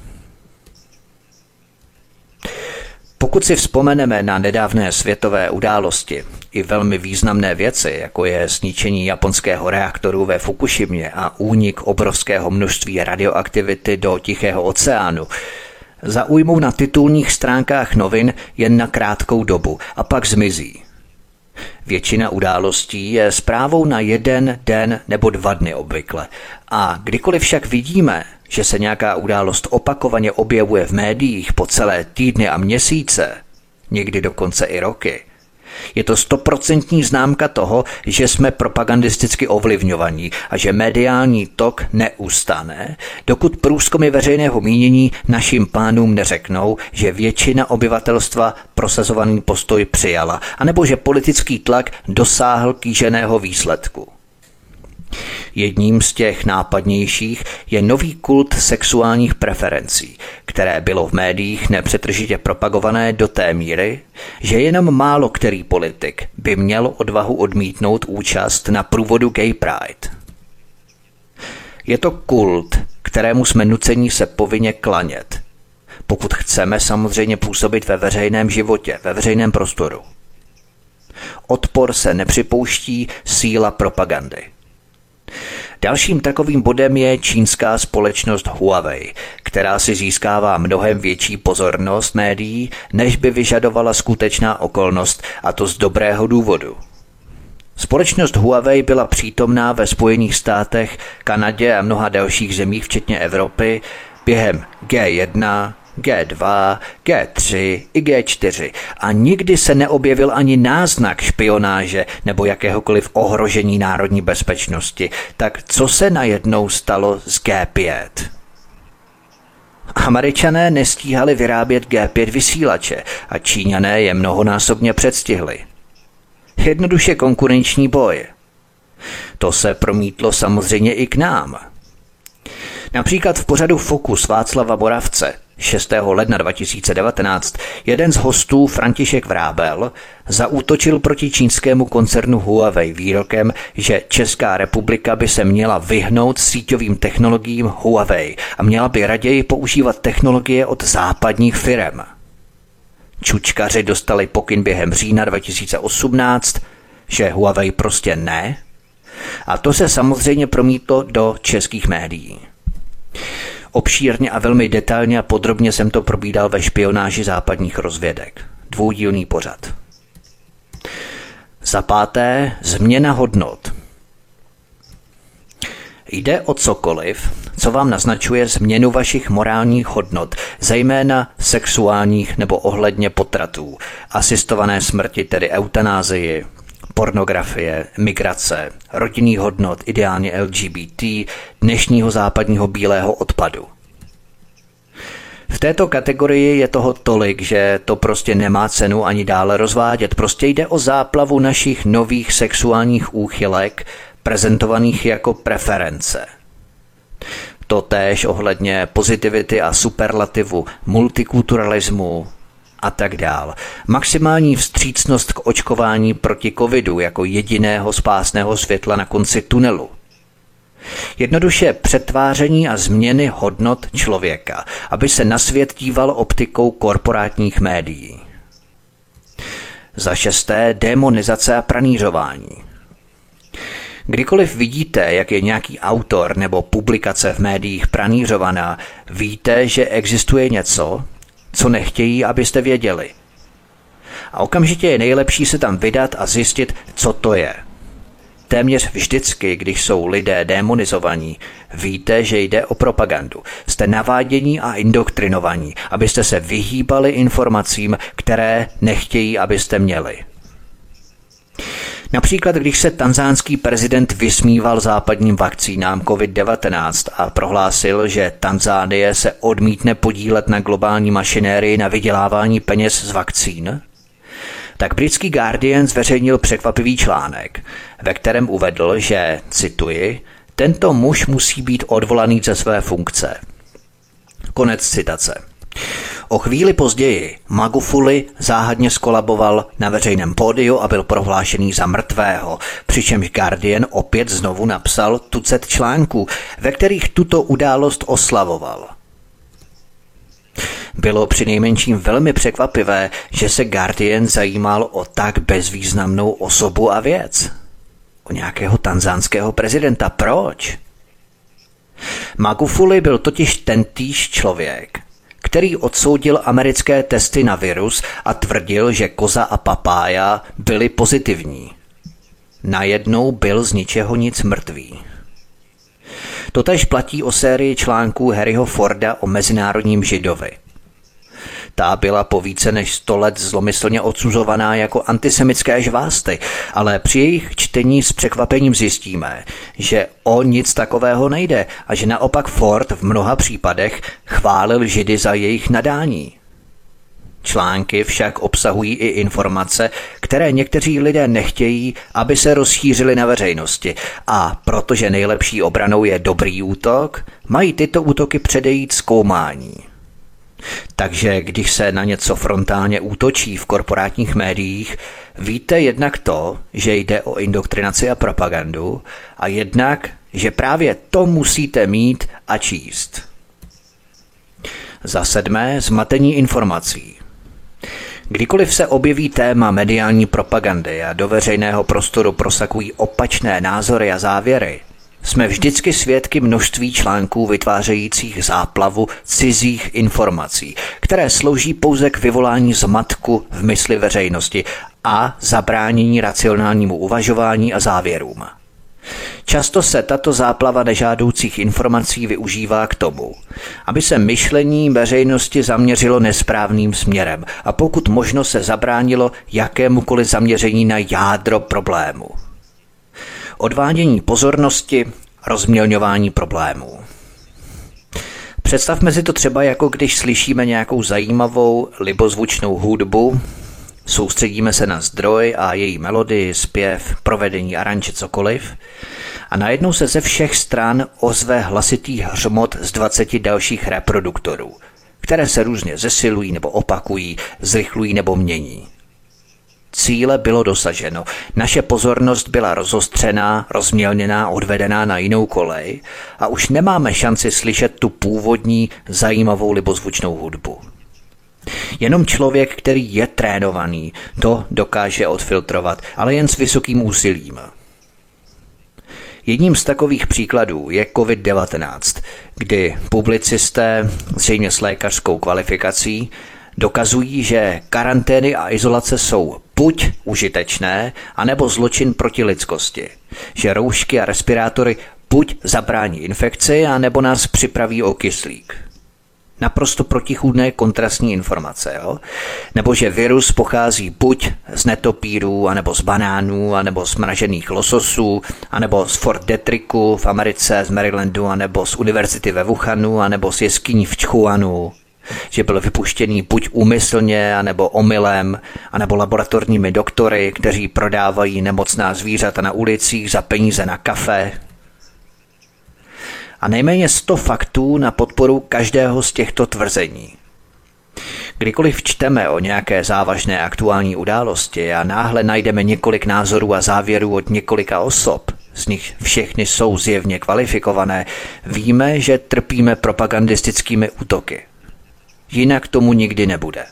Pokud si vzpomeneme na nedávné světové události i velmi významné věci, jako je zničení japonského reaktoru ve Fukushimě a únik obrovského množství radioaktivity do Tichého oceánu, zaujmou na titulních stránkách novin jen na krátkou dobu a pak zmizí. Většina událostí je zprávou na 1 den nebo 2 dny obvykle. A kdykoliv však vidíme, že se nějaká událost opakovaně objevuje v médiích po celé týdny a měsíce, někdy dokonce i roky, je to 100% známka toho, že jsme propagandisticky ovlivňovaní a že mediální tok neustane, dokud průzkumy veřejného mínění našim pánům neřeknou, že většina obyvatelstva prosazovaný postoj přijala, anebo že politický tlak dosáhl kýženého výsledku. Jedním z těch nápadnějších je nový kult sexuálních preferencí, které bylo v médiích nepřetržitě propagované do té míry, že jenom málo který politik by měl odvahu odmítnout účast na průvodu Gay Pride. Je to kult, kterému jsme nuceni se povinně klanět, pokud chceme samozřejmě působit ve veřejném životě, ve veřejném prostoru. Odpor se nepřipouští, síla propagandy. Dalším takovým bodem je čínská společnost Huawei, která si získává mnohem větší pozornost médií, než by vyžadovala skutečná okolnost, a to z dobrého důvodu. Společnost Huawei byla přítomná ve Spojených státech, Kanadě a mnoha dalších zemích, včetně Evropy, během G1, G2, G3 i G4 a nikdy se neobjevil ani náznak špionáže nebo jakéhokoliv ohrožení národní bezpečnosti. Tak co se najednou stalo s G5? Američané nestíhali vyrábět G5 vysílače a Číňané je mnohonásobně předstihli. Jednoduše konkurenční boj. To se promítlo samozřejmě i k nám. Například v pořadu Fokus Václava Moravce 6. ledna 2019 jeden z hostů, František Vrábel, zaútočil proti čínskému koncernu Huawei výrokem, že Česká republika by se měla vyhnout síťovým technologiím Huawei a měla by raději používat technologie od západních firem. Čučkaři dostali pokyn během října 2018, že Huawei prostě ne, a to se samozřejmě promítlo do českých médií. Obšírně a velmi detailně a podrobně jsem to probídal ve Špionáži západních rozvědek. 2dílný pořad. Za páté, změna hodnot. Jde o cokoliv, co vám naznačuje změnu vašich morálních hodnot, zejména sexuálních nebo ohledně potratů, asistované smrti, tedy eutanázii, pornografie, migrace, rodinných hodnot, ideálně LGBT, dnešního západního bílého odpadu. V této kategorii je toho tolik, že to prostě nemá cenu ani dále rozvádět. Prostě jde o záplavu našich nových sexuálních úchylek, prezentovaných jako preference. Totéž ohledně pozitivity a superlativu, multikulturalismu a tak dál. Maximální vstřícnost k očkování proti covidu jako jediného spásného světla na konci tunelu. Jednoduše přetváření a změny hodnot člověka, aby se na svět díval optikou korporátních médií. Za šesté, demonizace a pranířování. Kdykoliv vidíte, jak je nějaký autor nebo publikace v médiích pranířovaná, víte, že existuje něco, co nechtějí, abyste věděli. A okamžitě je nejlepší se tam vydat a zjistit, co to je. Téměř vždycky, když jsou lidé démonizovaní, víte, že jde o propagandu. Jste navádění a indoktrinovaní, abyste se vyhýbali informacím, které nechtějí, abyste měli. Například, když se tanzánský prezident vysmíval západním vakcínám COVID-19 a prohlásil, že Tanzánie se odmítne podílet na globální mašinérii na vydělávání peněz z vakcín, tak britský Guardian zveřejnil překvapivý článek, ve kterém uvedl, že, cituji, tento muž musí být odvolaný ze své funkce. Konec citace. O chvíli později Magufuli záhadně skolaboval na veřejném pódiu a byl prohlášený za mrtvého, přičemž Guardian opět znovu napsal tucet článků, ve kterých tuto událost oslavoval. Bylo přinejmenším velmi překvapivé, že se Guardian zajímal o tak bezvýznamnou osobu a věc. O nějakého tanzánského prezidenta. Proč? Magufuli byl totiž tentýž člověk, který odsoudil americké testy na virus a tvrdil, že koza a papája byly pozitivní. Najednou byl z ničeho nic mrtvý. Totéž platí o sérii článků Harryho Forda o mezinárodním židovi. Ta byla po více než 100 let zlomyslně odsuzovaná jako antisemické žvásty, ale při jejich čtení s překvapením zjistíme, že o nic takového nejde a že naopak Ford v mnoha případech chválil Židy za jejich nadání. Články však obsahují i informace, které někteří lidé nechtějí, aby se rozšířily na veřejnosti, a protože nejlepší obranou je dobrý útok, mají tyto útoky předejít zkoumání. Takže když se na něco frontálně útočí v korporátních médiích, víte jednak to, že jde o indoktrinaci a propagandu, a jednak, že právě to musíte mít a číst. Za 7. Zmatení informací. Kdykoliv se objeví téma mediální propagandy a do veřejného prostoru prosakují opačné názory a závěry, jsme vždycky svědky množství článků vytvářejících záplavu cizích informací, které slouží pouze k vyvolání zmatku v mysli veřejnosti a zabránění racionálnímu uvažování a závěrům. Často se tato záplava nežádoucích informací využívá k tomu, aby se myšlení veřejnosti zaměřilo nesprávným směrem a pokud možno se zabránilo jakémukoliv zaměření na jádro problému. Odvádění pozornosti, rozmělňování problémů. Představme si to třeba jako když slyšíme nějakou zajímavou, libozvučnou hudbu, soustředíme se na zdroj a její melodii, zpěv, provedení, aranže, cokoliv, a najednou se ze všech stran ozve hlasitý hřmot z 20 dalších reproduktorů, které se různě zesilují nebo opakují, zrychlují nebo mění. Cíle bylo dosaženo. Naše pozornost byla rozostřená, rozmělněná, odvedená na jinou kolej a už nemáme šanci slyšet tu původní, zajímavou libozvučnou hudbu. Jenom člověk, který je trénovaný, to dokáže odfiltrovat, ale jen s vysokým úsilím. Jedním z takových příkladů je COVID-19, kdy publicisté, zřejmě s lékařskou kvalifikací, dokazují, že karantény a izolace jsou buď užitečné, anebo zločin proti lidskosti, že roušky a respirátory buď zabrání infekci, anebo nás připraví o kyslík. Naprosto protichůdné kontrastní informace, jo? Nebo že virus pochází buď z netopírů, anebo z banánů, anebo z mražených lososů, anebo z Fort Detricku v Americe, z Marylandu, anebo z univerzity ve Wuhanu, anebo z jeskyní v Čchuanu, že byl vypuštěný buď úmyslně, anebo omylem, anebo laboratorními doktory, kteří prodávají nemocná zvířata na ulicích za peníze na kafe. A nejméně 100 faktů na podporu každého z těchto tvrzení. Kdykoliv čteme o nějaké závažné aktuální události a náhle najdeme několik názorů a závěrů od několika osob, z nich všechny jsou zjevně kvalifikované, víme, že trpíme propagandistickými útoky. Jinak tomu nikdy nebude.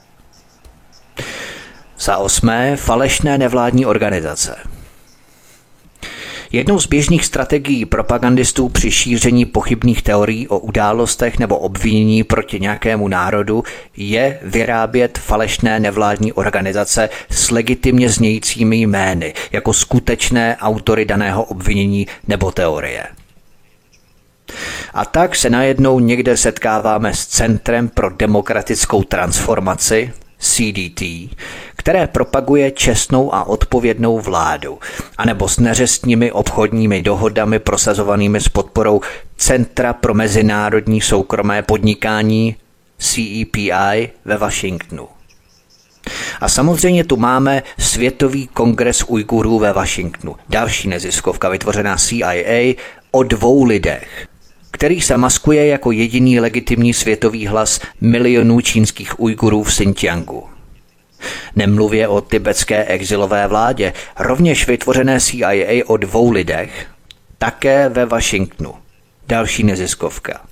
Za 8. Falešné nevládní organizace. Jednou z běžných strategií propagandistů při šíření pochybných teorií o událostech nebo obvinění proti nějakému národu je vyrábět falešné nevládní organizace s legitimně znějícími jmény jako skutečné autory daného obvinění nebo teorie. A tak se najednou někde setkáváme s Centrem pro demokratickou transformaci, CDT, které propaguje čestnou a odpovědnou vládu, anebo s neřestními obchodními dohodami prosazovanými s podporou Centra pro mezinárodní soukromé podnikání CEPI ve Washingtonu. A samozřejmě tu máme Světový kongres Ujgurů ve Washingtonu, další neziskovka vytvořená CIA o 2 lidech, který se maskuje jako jediný legitimní světový hlas milionů čínských Ujgurů v Xinjiangu. Nemluvě o tibetské exilové vládě, rovněž vytvořené CIA o 2 lidech, také ve Washingtonu, další neziskovka.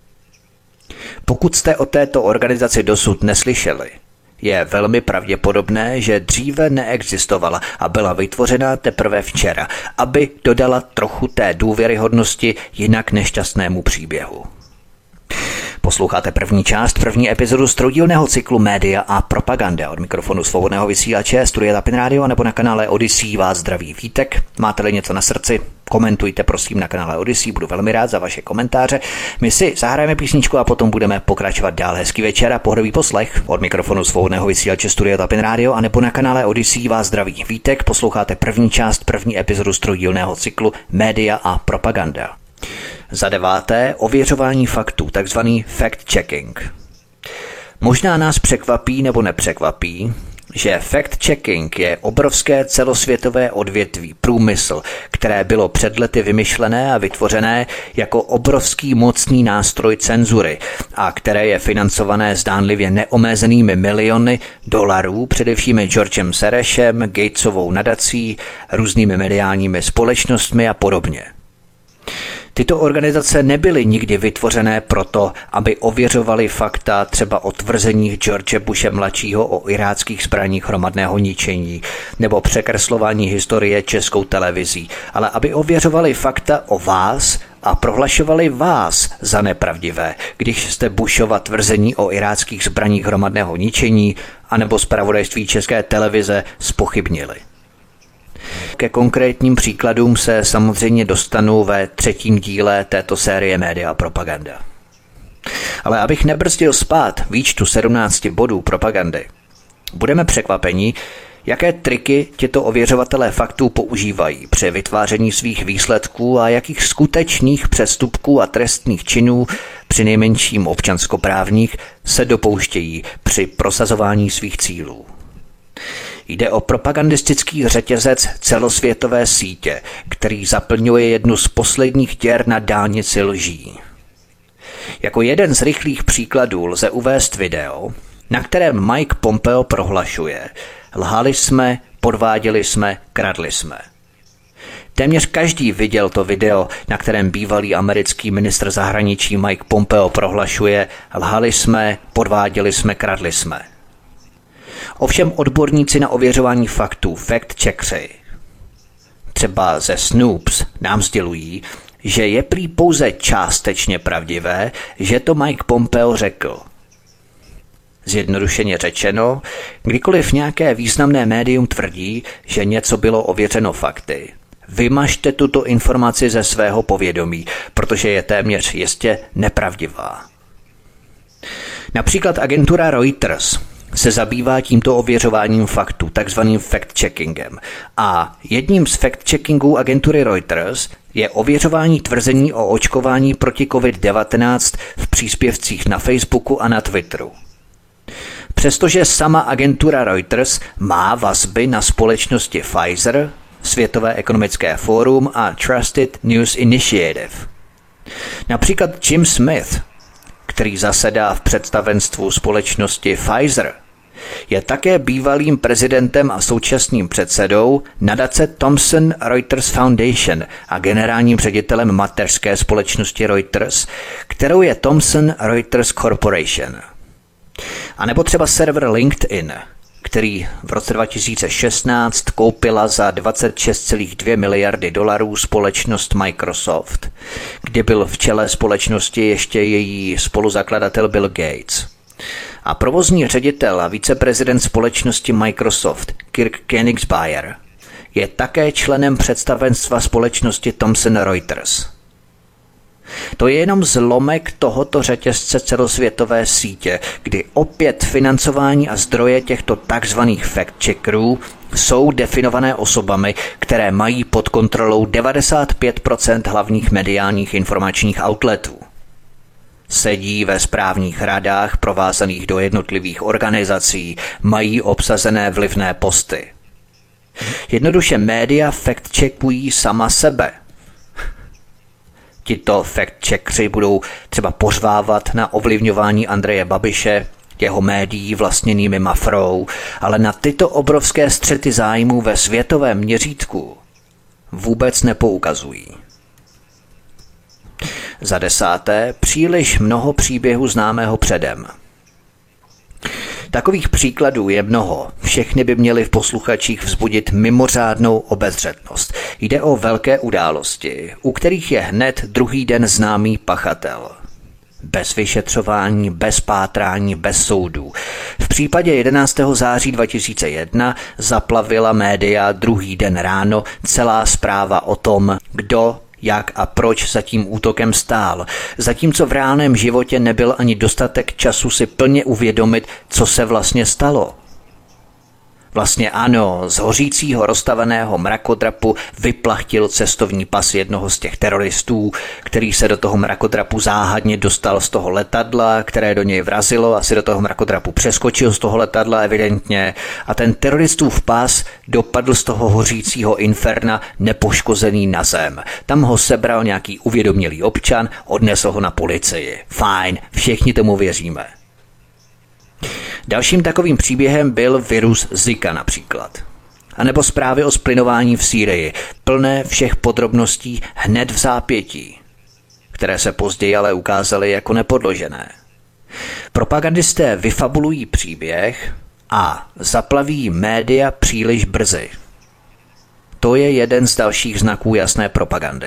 Pokud jste o této organizaci dosud neslyšeli, je velmi pravděpodobné, že dříve neexistovala a byla vytvořena teprve včera, aby dodala trochu té důvěryhodnosti jinak nešťastnému příběhu. Posloucháte první epizodu z troudílného cyklu Média a propaganda. Od mikrofonu svobodného vysílače Studia Tapin Radio nebo na kanále Odyssey vás zdraví Vítek. Máte-li něco na srdci, komentujte prosím na kanále Odyssey, budu velmi rád za vaše komentáře. My si zahrajeme písničku a potom budeme pokračovat dál. Hezký večer a pohodový poslech. Od mikrofonu svobodného vysílače Studia Tapin Radio a nebo na kanále Odyssey vás zdraví Vítek. Posloucháte první epizodu z troudílného cyklu Média a propaganda. Za 9. ověřování faktů, takzvaný fact-checking. Možná nás překvapí nebo nepřekvapí, že fact-checking je obrovské celosvětové odvětví, průmysl, které bylo před lety vymyšlené a vytvořené jako obrovský mocný nástroj cenzury a které je financované zdánlivě neomezenými miliony dolarů, především Georgem Sorosem, Gatesovou nadací, různými mediálními společnostmi a podobně. Tyto organizace nebyly nikdy vytvořené proto, aby ověřovaly fakta třeba o tvrzeních George Bushe mladšího o iráckých zbraních hromadného ničení nebo překreslování historie Českou televizí, ale aby ověřovaly fakta o vás a prohlašovali vás za nepravdivé, když jste Bushova tvrzení o iráckých zbraních hromadného ničení anebo zpravodajství České televize zpochybnili. Ke konkrétním příkladům se samozřejmě dostanu ve 3. díle této série Média a propaganda. Ale abych nebrzdil spát výčtu 17 bodů propagandy, budeme překvapeni, jaké triky tito ověřovatelé faktů používají při vytváření svých výsledků a jakých skutečných přestupků a trestných činů, přinejmenším občanskoprávních, se dopouštějí při prosazování svých cílů. Jde o propagandistický řetězec celosvětové sítě, který zaplňuje jednu z posledních děr na dálnici lží. Jako jeden z rychlých příkladů lze uvést video, na kterém Mike Pompeo prohlašuje: lhali jsme, podváděli jsme, kradli jsme. Téměř každý viděl to video, na kterém bývalý americký ministr zahraničí Mike Pompeo prohlašuje: lhali jsme, podváděli jsme, kradli jsme. Ovšem odborníci na ověřování faktů, fact-checkři, třeba ze Snopes, nám sdělují, že je prý pouze částečně pravdivé, že to Mike Pompeo řekl. Zjednodušeně řečeno, kdykoliv nějaké významné médium tvrdí, že něco bylo ověřeno fakty, vymažte tuto informaci ze svého povědomí, protože je téměř jistě nepravdivá. Například agentura Reuters se zabývá tímto ověřováním faktů, takzvaným fact-checkingem. A jedním z fact-checkingů agentury Reuters je ověřování tvrzení o očkování proti COVID-19 v příspěvcích na Facebooku a na Twitteru. Přestože sama agentura Reuters má vazby na společnosti Pfizer, Světové ekonomické fórum a Trusted News Initiative. Například Jim Smith, který zasedá v představenstvu společnosti Pfizer, je také bývalým prezidentem a současným předsedou nadace Thomson Reuters Foundation a generálním ředitelem mateřské společnosti Reuters, kterou je Thomson Reuters Corporation. A nebo třeba server LinkedIn, který v roce 2016 koupila za 26,2 miliardy dolarů společnost Microsoft, kde byl v čele společnosti ještě její spoluzakladatel Bill Gates. A provozní ředitel a viceprezident společnosti Microsoft Kirk Koenigsberger je také členem představenstva společnosti Thomson Reuters. To je jenom zlomek tohoto řetězce celosvětové sítě, kdy opět financování a zdroje těchto takzvaných fact-checkerů jsou definované osobami, které mají pod kontrolou 95% hlavních mediálních informačních outletů. Sedí ve správních radách provázaných do jednotlivých organizací, mají obsazené vlivné posty. Jednoduše média fact-checkují sama sebe. Tito fact-checkři budou třeba pořvávat na ovlivňování Andreje Babiše, jeho médií vlastněnými Mafrou, ale na tyto obrovské střety zájmů ve světovém měřítku vůbec nepoukazují. Za 10. Příliš mnoho příběhů známého předem. Takových příkladů je mnoho, všechny by měly v posluchačích vzbudit mimořádnou obezřetnost. Jde o velké události, u kterých je hned druhý den známý pachatel. Bez vyšetřování, bez pátrání, bez soudů. V případě 11. září 2001 zaplavila média druhý den ráno celá zpráva o tom, kdo, jak a proč za tím útokem stál, zatímco v reálném životě nebyl ani dostatek času si plně uvědomit, co se vlastně stalo. Vlastně ano, z hořícího rozstaveného mrakodrapu vyplachtil cestovní pas jednoho z těch teroristů, který se do toho mrakodrapu záhadně dostal z toho letadla, které do něj vrazilo, asi do toho mrakodrapu přeskočil z toho letadla evidentně a ten teroristův pas dopadl z toho hořícího inferna nepoškozený na zem. Tam ho sebral nějaký uvědomělý občan, odnesl ho na policii. Fajn, všichni tomu věříme. Dalším takovým příběhem byl virus Zika například. A nebo zprávy o splynování v Sýrii, plné všech podrobností hned v zápětí, které se později ale ukázaly jako nepodložené. Propagandisté vyfabulují příběh a zaplaví média příliš brzy. To je jeden z dalších znaků jasné propagandy.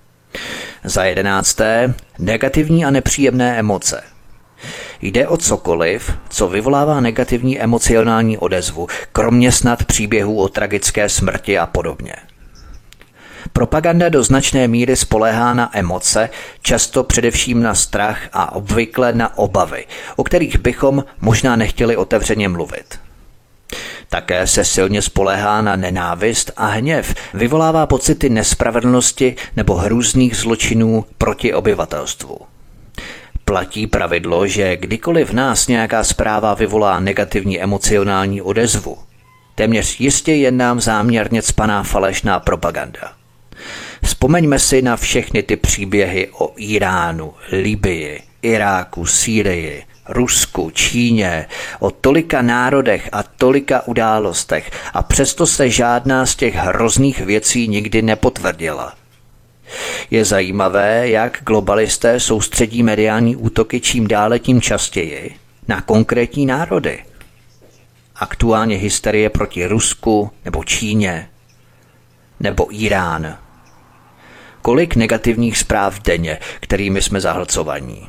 Za 11. Negativní a nepříjemné emoce. Jde o cokoliv, co vyvolává negativní emocionální odezvu, kromě snad příběhů o tragické smrti a podobně. Propaganda do značné míry spoléhá na emoce, často především na strach a obvykle na obavy, o kterých bychom možná nechtěli otevřeně mluvit. Také se silně spoléhá na nenávist a hněv, vyvolává pocity nespravedlnosti nebo hrůzných zločinů proti obyvatelstvu. Platí pravidlo, že kdykoliv v nás nějaká zpráva vyvolá negativní emocionální odezvu, téměř jistě je nám záměrně cpaná falešná propaganda. Vzpomeňme si na všechny ty příběhy o Iránu, Libyi, Iráku, Sýrii, Rusku, Číně, o tolika národech a tolika událostech a přesto se žádná z těch hrozných věcí nikdy nepotvrdila. Je zajímavé, jak globalisté soustředí mediální útoky čím dále tím častěji na konkrétní národy. Aktuálně hysterie proti Rusku nebo Číně nebo Irán. Kolik negativních zpráv denně, kterými jsme zahlcovaní.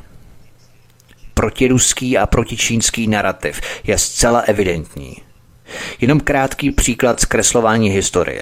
Protiruský a protičínský narrativ je zcela evidentní. Jenom krátký příklad zkreslování historie.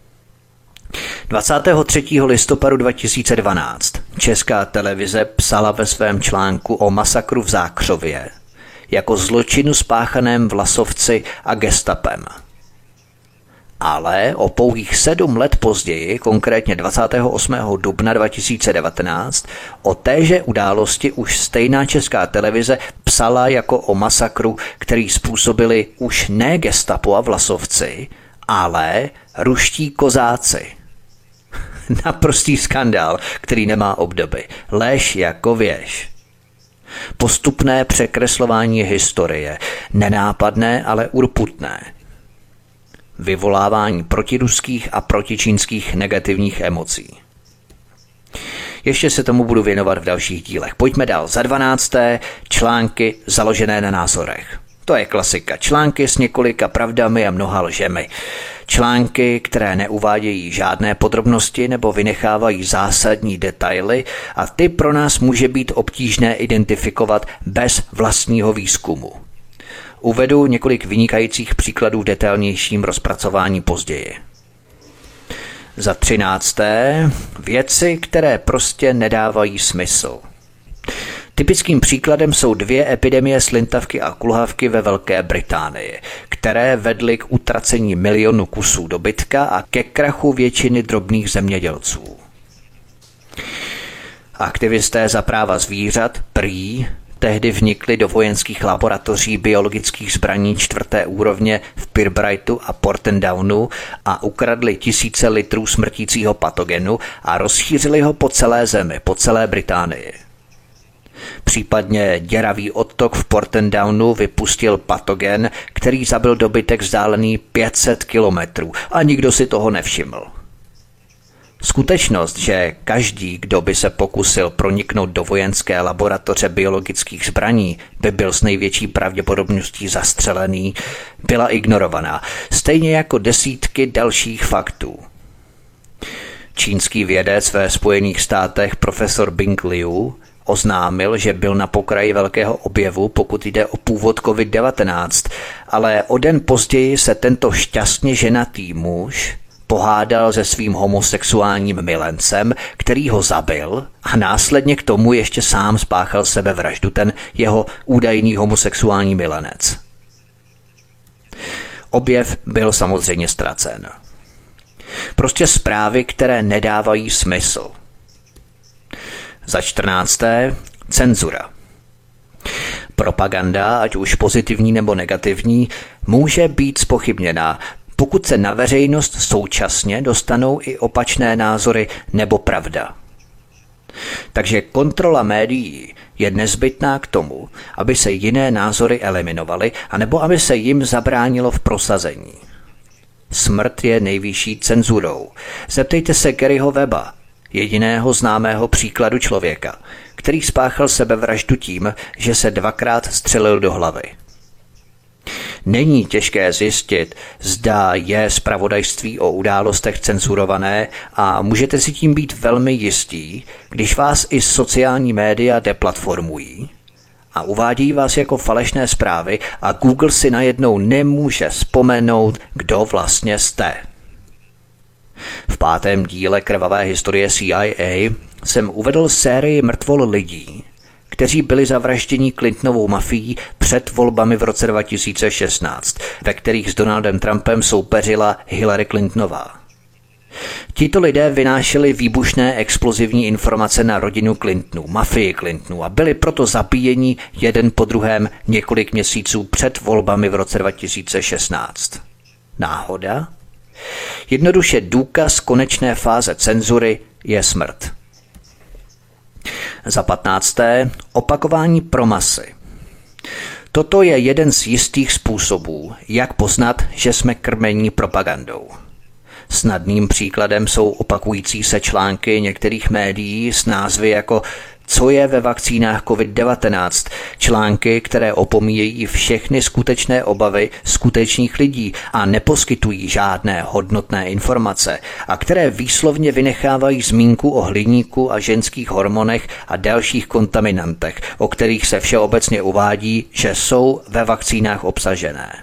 23. listopadu 2012 Česká televize psala ve svém článku o masakru v Zákřově jako zločinu spáchaném Vlasovci a gestapem. Ale o pouhých 7 let později, konkrétně 28. dubna 2019, o téže události už stejná Česká televize psala jako o masakru, který způsobili už ne gestapo a Vlasovci, ale ruští kozáci. Naprostý skandál, který nemá obdoby. Lež jako věž. Postupné překreslování historie. Nenápadné, ale urputné. Vyvolávání protiruských a protičínských negativních emocí. Ještě se tomu budu věnovat v dalších dílech. Pojďme dál. Za 12. Články založené na názorech. To je klasika. Články s několika pravdami a mnoha lžemi. Články, které neuvádějí žádné podrobnosti nebo vynechávají zásadní detaily a ty pro nás může být obtížné identifikovat bez vlastního výzkumu. Uvedu několik vynikajících příkladů v detailnějším rozpracování později. Za 13. Věci, které prostě nedávají smysl. Typickým příkladem jsou 2 epidemie slintavky a kulhavky ve Velké Británii, které vedly k utracení milionů kusů dobytka a ke krachu většiny drobných zemědělců. Aktivisté za práva zvířat prý tehdy vnikli do vojenských laboratoří biologických zbraní 4. úrovně v Pirbrightu a Portendownu a ukradli tisíce litrů smrtícího patogenu a rozšířili ho po celé zemi, po celé Británii. Případně děravý odtok v Portendownu vypustil patogen, který zabil dobytek vzdálený 500 kilometrů a nikdo si toho nevšiml. Skutečnost, že každý, kdo by se pokusil proniknout do vojenské laboratoře biologických zbraní, by byl s největší pravděpodobností zastřelený, byla ignorovaná, stejně jako desítky dalších faktů. Čínský vědec ve Spojených státech profesor Bing Liu oznámil, že byl na pokraji velkého objevu, pokud jde o původ COVID-19, ale o den později se tento šťastně ženatý muž pohádal se svým homosexuálním milencem, který ho zabil a následně k tomu ještě sám spáchal sebevraždu, ten jeho údajný homosexuální milenec. Objev byl samozřejmě ztracen. Prostě zprávy, které nedávají smysl. Za 14. Cenzura. Propaganda, ať už pozitivní nebo negativní, může být zpochybněna, pokud se na veřejnost současně dostanou i opačné názory nebo pravda. Takže kontrola médií je nezbytná k tomu, aby se jiné názory eliminovaly, anebo aby se jim zabránilo v prosazení. Smrt je nejvyšší cenzurou. Zeptejte se Garyho Webba, jediného známého příkladu člověka, který spáchal sebevraždu tím, že se 2krát střelil do hlavy. Není těžké zjistit, zda je zpravodajství o událostech cenzurované a můžete si tím být velmi jistí, když vás i sociální média deplatformují a uvádějí vás jako falešné zprávy a Google si najednou nemůže vzpomenout, kdo vlastně jste. V 5. díle Krvavé historie CIA jsem uvedl sérii mrtvol lidí, kteří byli zavražděni Clintonovou mafií před volbami v roce 2016, ve kterých s Donaldem Trumpem soupeřila Hillary Clintonová. Tito lidé vynášeli výbušné explozivní informace na rodinu Clintonů, mafii Clintonů a byli proto zabíjeni jeden po druhém několik měsíců před volbami v roce 2016. Náhoda? Jednoduše důkaz konečné fáze cenzury je smrt. Za 15. Opakování pro masy. Toto je jeden z jistých způsobů, jak poznat, že jsme krmení propagandou. Snadným příkladem jsou opakující se články některých médií s názvy jako Co je ve vakcínách COVID-19, články, které opomíjejí všechny skutečné obavy skutečných lidí a neposkytují žádné hodnotné informace a které výslovně vynechávají zmínku o hliníku a ženských hormonech a dalších kontaminantech, o kterých se všeobecně uvádí, že jsou ve vakcínách obsažené.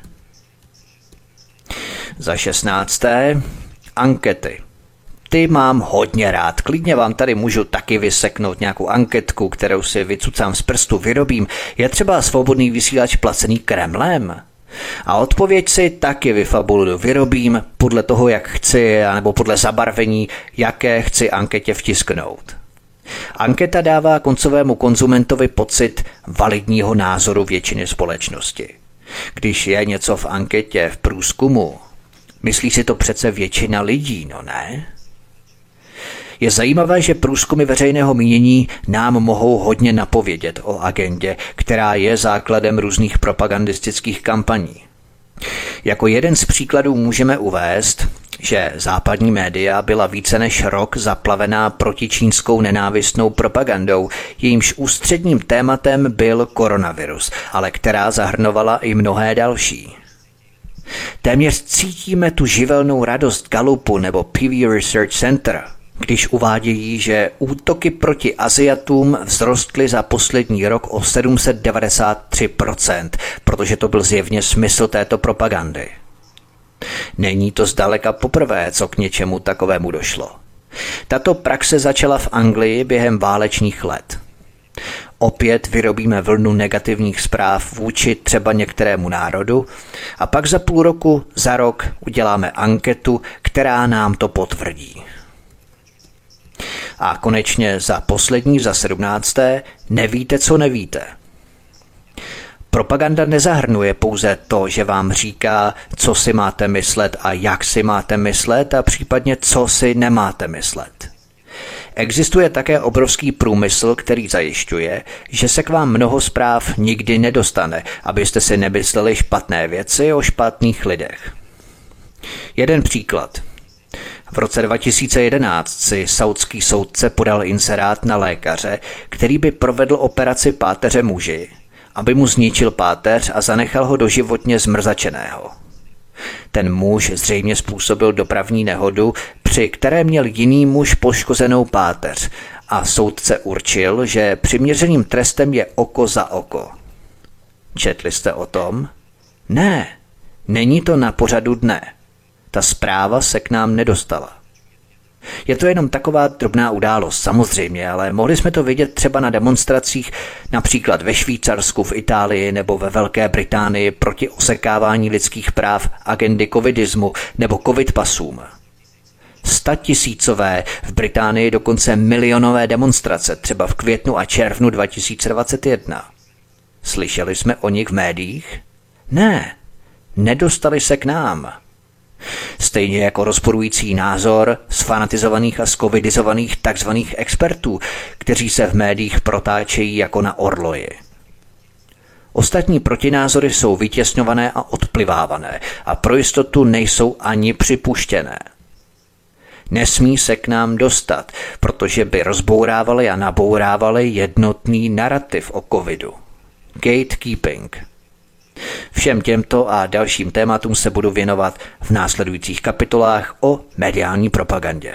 Za 16. Ankety. Ty mám hodně rád. Klidně vám tady můžu taky vyseknout nějakou anketku, kterou si vycucám z prstu, vyrobím. Je třeba Svobodný vysílač placený Kremlem? A odpověď si taky vyfabuluju, vyrobím podle toho, jak chci, anebo podle zabarvení, jaké chci anketě vtisknout. Anketa dává koncovému konzumentovi pocit validního názoru většiny společnosti. Když je něco v anketě, v průzkumu, myslí si to přece většina lidí, no ne? Je zajímavé, že průzkumy veřejného mínění nám mohou hodně napovědět o agendě, která je základem různých propagandistických kampaní. Jako jeden z příkladů můžeme uvést, že západní média byla více než rok zaplavená protičínskou nenávistnou propagandou, jejímž ústředním tématem byl koronavirus, ale která zahrnovala i mnohé další. Téměř cítíme tu živelnou radost Gallupu nebo Pew Research Center, když uvádějí, že útoky proti Asiatům vzrostly za poslední rok o 793%, protože to byl zjevně smysl této propagandy. Není to zdaleka poprvé, co k něčemu takovému došlo. Tato praxe začala v Anglii během válečných let. Opět vyrobíme vlnu negativních zpráv vůči třeba některému národu a pak za půl roku, za rok uděláme anketu, která nám to potvrdí. A konečně za 17. nevíte, co nevíte. Propaganda nezahrnuje pouze to, že vám říká, co si máte myslet a jak si máte myslet a případně co si nemáte myslet. Existuje také obrovský průmysl, který zajišťuje, že se k vám mnoho zpráv nikdy nedostane, abyste si nemysleli špatné věci o špatných lidech. Jeden příklad. V roce 2011 si saudský soudce podal inzerát na lékaře, který by provedl operaci páteře muži, aby mu zničil páteř a zanechal ho doživotně zmrzačeného. Ten muž zřejmě způsobil dopravní nehodu, při které měl jiný muž poškozenou páteř a soudce určil, že přiměřeným trestem je oko za oko. Četli jste o tom? Ne, není to na pořadu dne. Ta zpráva se k nám nedostala. Je to jenom taková drobná událost, samozřejmě, ale mohli jsme to vidět třeba na demonstracích, například ve Švýcarsku, v Itálii nebo ve Velké Británii proti osekávání lidských práv, agendy covidismu nebo covid pasům. 100 000, v Británii dokonce milionové demonstrace, třeba v květnu a červnu 2021. Slyšeli jsme o nich v médiích? Ne, nedostali se k nám. Stejně jako rozporující názor sfanatizovaných a skovidizovaných takzvaných expertů, kteří se v médiích protáčejí jako na orloji. Ostatní protinázory jsou vytěsňované a odplivávané a pro jistotu nejsou ani připuštěné. Nesmí se k nám dostat, protože by rozbourávali a nabourávali jednotný narrativ o covidu. Gatekeeping. Všem těmto a dalším tématům se budu věnovat v následujících kapitolách o mediální propagandě.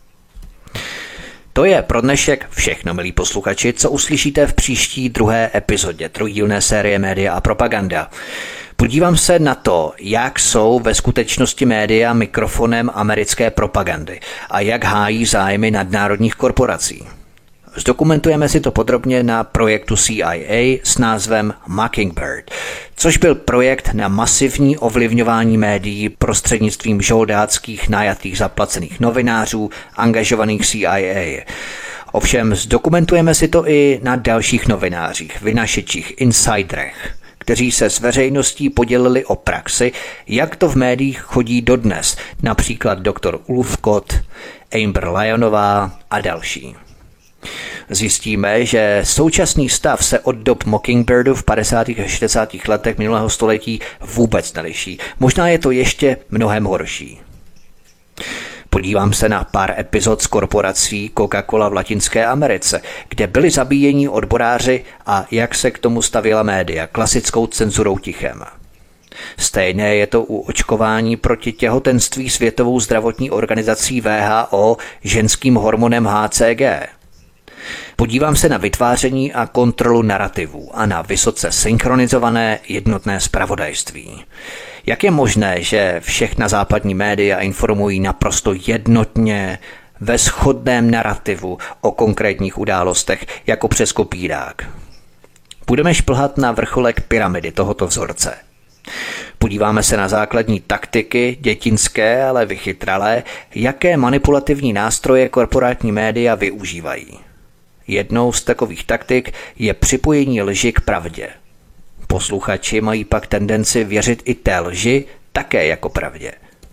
To je pro dnešek všechno, milí posluchači, co uslyšíte v příští druhé epizodě trojdílné série Média a propaganda. Podívám se na to, jak jsou ve skutečnosti média mikrofonem americké propagandy a jak hájí zájmy nadnárodních korporací. Zdokumentujeme si to podrobně na projektu CIA s názvem Mockingbird, což byl projekt na masivní ovlivňování médií prostřednictvím žoldáckých najatých zaplacených novinářů angažovaných CIA. Ovšem zdokumentujeme si to i na dalších novinářích, vynašečích, insiderech, kteří se s veřejností podělili o praxi, jak to v médiích chodí dodnes, například doktor Ulfkott, Amber Lyonová a další. Zjistíme, že současný stav se od dob Mockingbirdu v 50. a 60. letech minulého století vůbec neliší. Možná je to ještě mnohem horší. Podívám se na pár epizod z korporací Coca-Cola v Latinské Americe, kde byli zabíjeni odboráři a jak se k tomu stavěla média klasickou cenzurou tichem. Stejné je to u očkování proti těhotenství Světovou zdravotní organizací WHO ženským hormonem HCG. Podívám se na vytváření a kontrolu narrativů a na vysoce synchronizované jednotné zpravodajství. Jak je možné, že všechna západní média informují naprosto jednotně ve shodném narrativu o konkrétních událostech jako přes kopírák? Budeme šplhat na vrcholek pyramidy tohoto vzorce. Podíváme se na základní taktiky, dětinské, ale vychytralé, jaké manipulativní nástroje korporátní média využívají. Jednou z takových taktik je připojení lži k pravdě. Posluchači mají pak tendenci věřit i té lži také jako pravdě.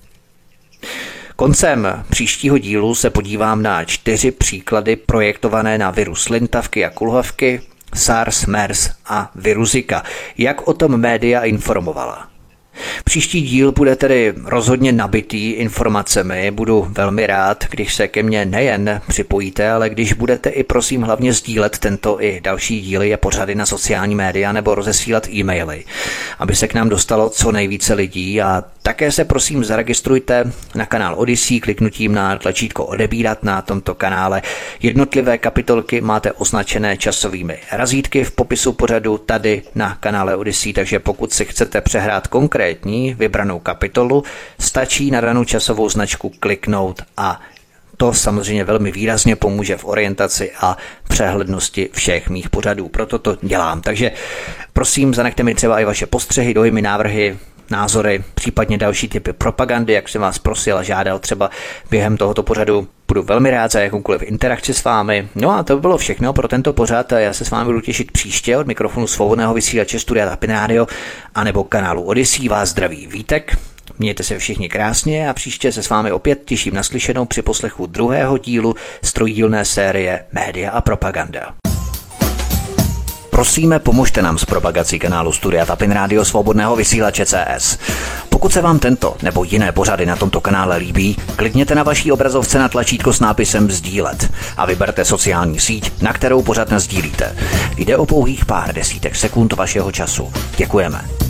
Koncem příštího dílu se podívám na 4 příklady projektované na viru slintavky a kulhavky, SARS, MERS a viru Zika, jak o tom média informovala. Příští díl bude tedy rozhodně nabitý informacemi. Budu velmi rád, když se ke mně nejen připojíte, ale když budete i prosím hlavně sdílet tento i další díly a pořady na sociální média nebo rozesílat e-maily, aby se k nám dostalo co nejvíce lidí, a také se prosím zaregistrujte na kanál Odyssey kliknutím na tlačítko odebírat na tomto kanále. Jednotlivé kapitolky máte označené časovými razítky v popisu pořadu tady na kanále Odyssey, takže pokud si chcete přehrát konkrétně kompletní vybranou kapitolu, stačí na danou časovou značku kliknout a to samozřejmě velmi výrazně pomůže v orientaci a přehlednosti všech mých pořadů. Proto to dělám. Takže prosím, zanechte mi třeba i vaše postřehy, dojmy, návrhy, názory, případně další typy propagandy, jak jsem vás prosil a žádal třeba během tohoto pořadu. Budu velmi rád za jakoukoliv interakci s vámi. No a to by bylo všechno pro tento pořad. Já se s vámi budu těšit příště od mikrofonu svobodného vysílače Studia Tapin Radio anebo kanálu Odyssey. Vás zdraví Vítek. Mějte se všichni krásně a příště se s vámi opět těším na slyšenou při poslechu druhého dílu z trojdílné série Média a propaganda. Prosíme, pomožte nám s propagací kanálu Studia Tapin Radio svobodného vysílače CS. Pokud se vám tento nebo jiné pořady na tomto kanále líbí, klikněte na vaší obrazovce na tlačítko s nápisem sdílet a vyberte sociální síť, na kterou pořad nasdílíte. Jde o pouhých pár desítek sekund vašeho času. Děkujeme.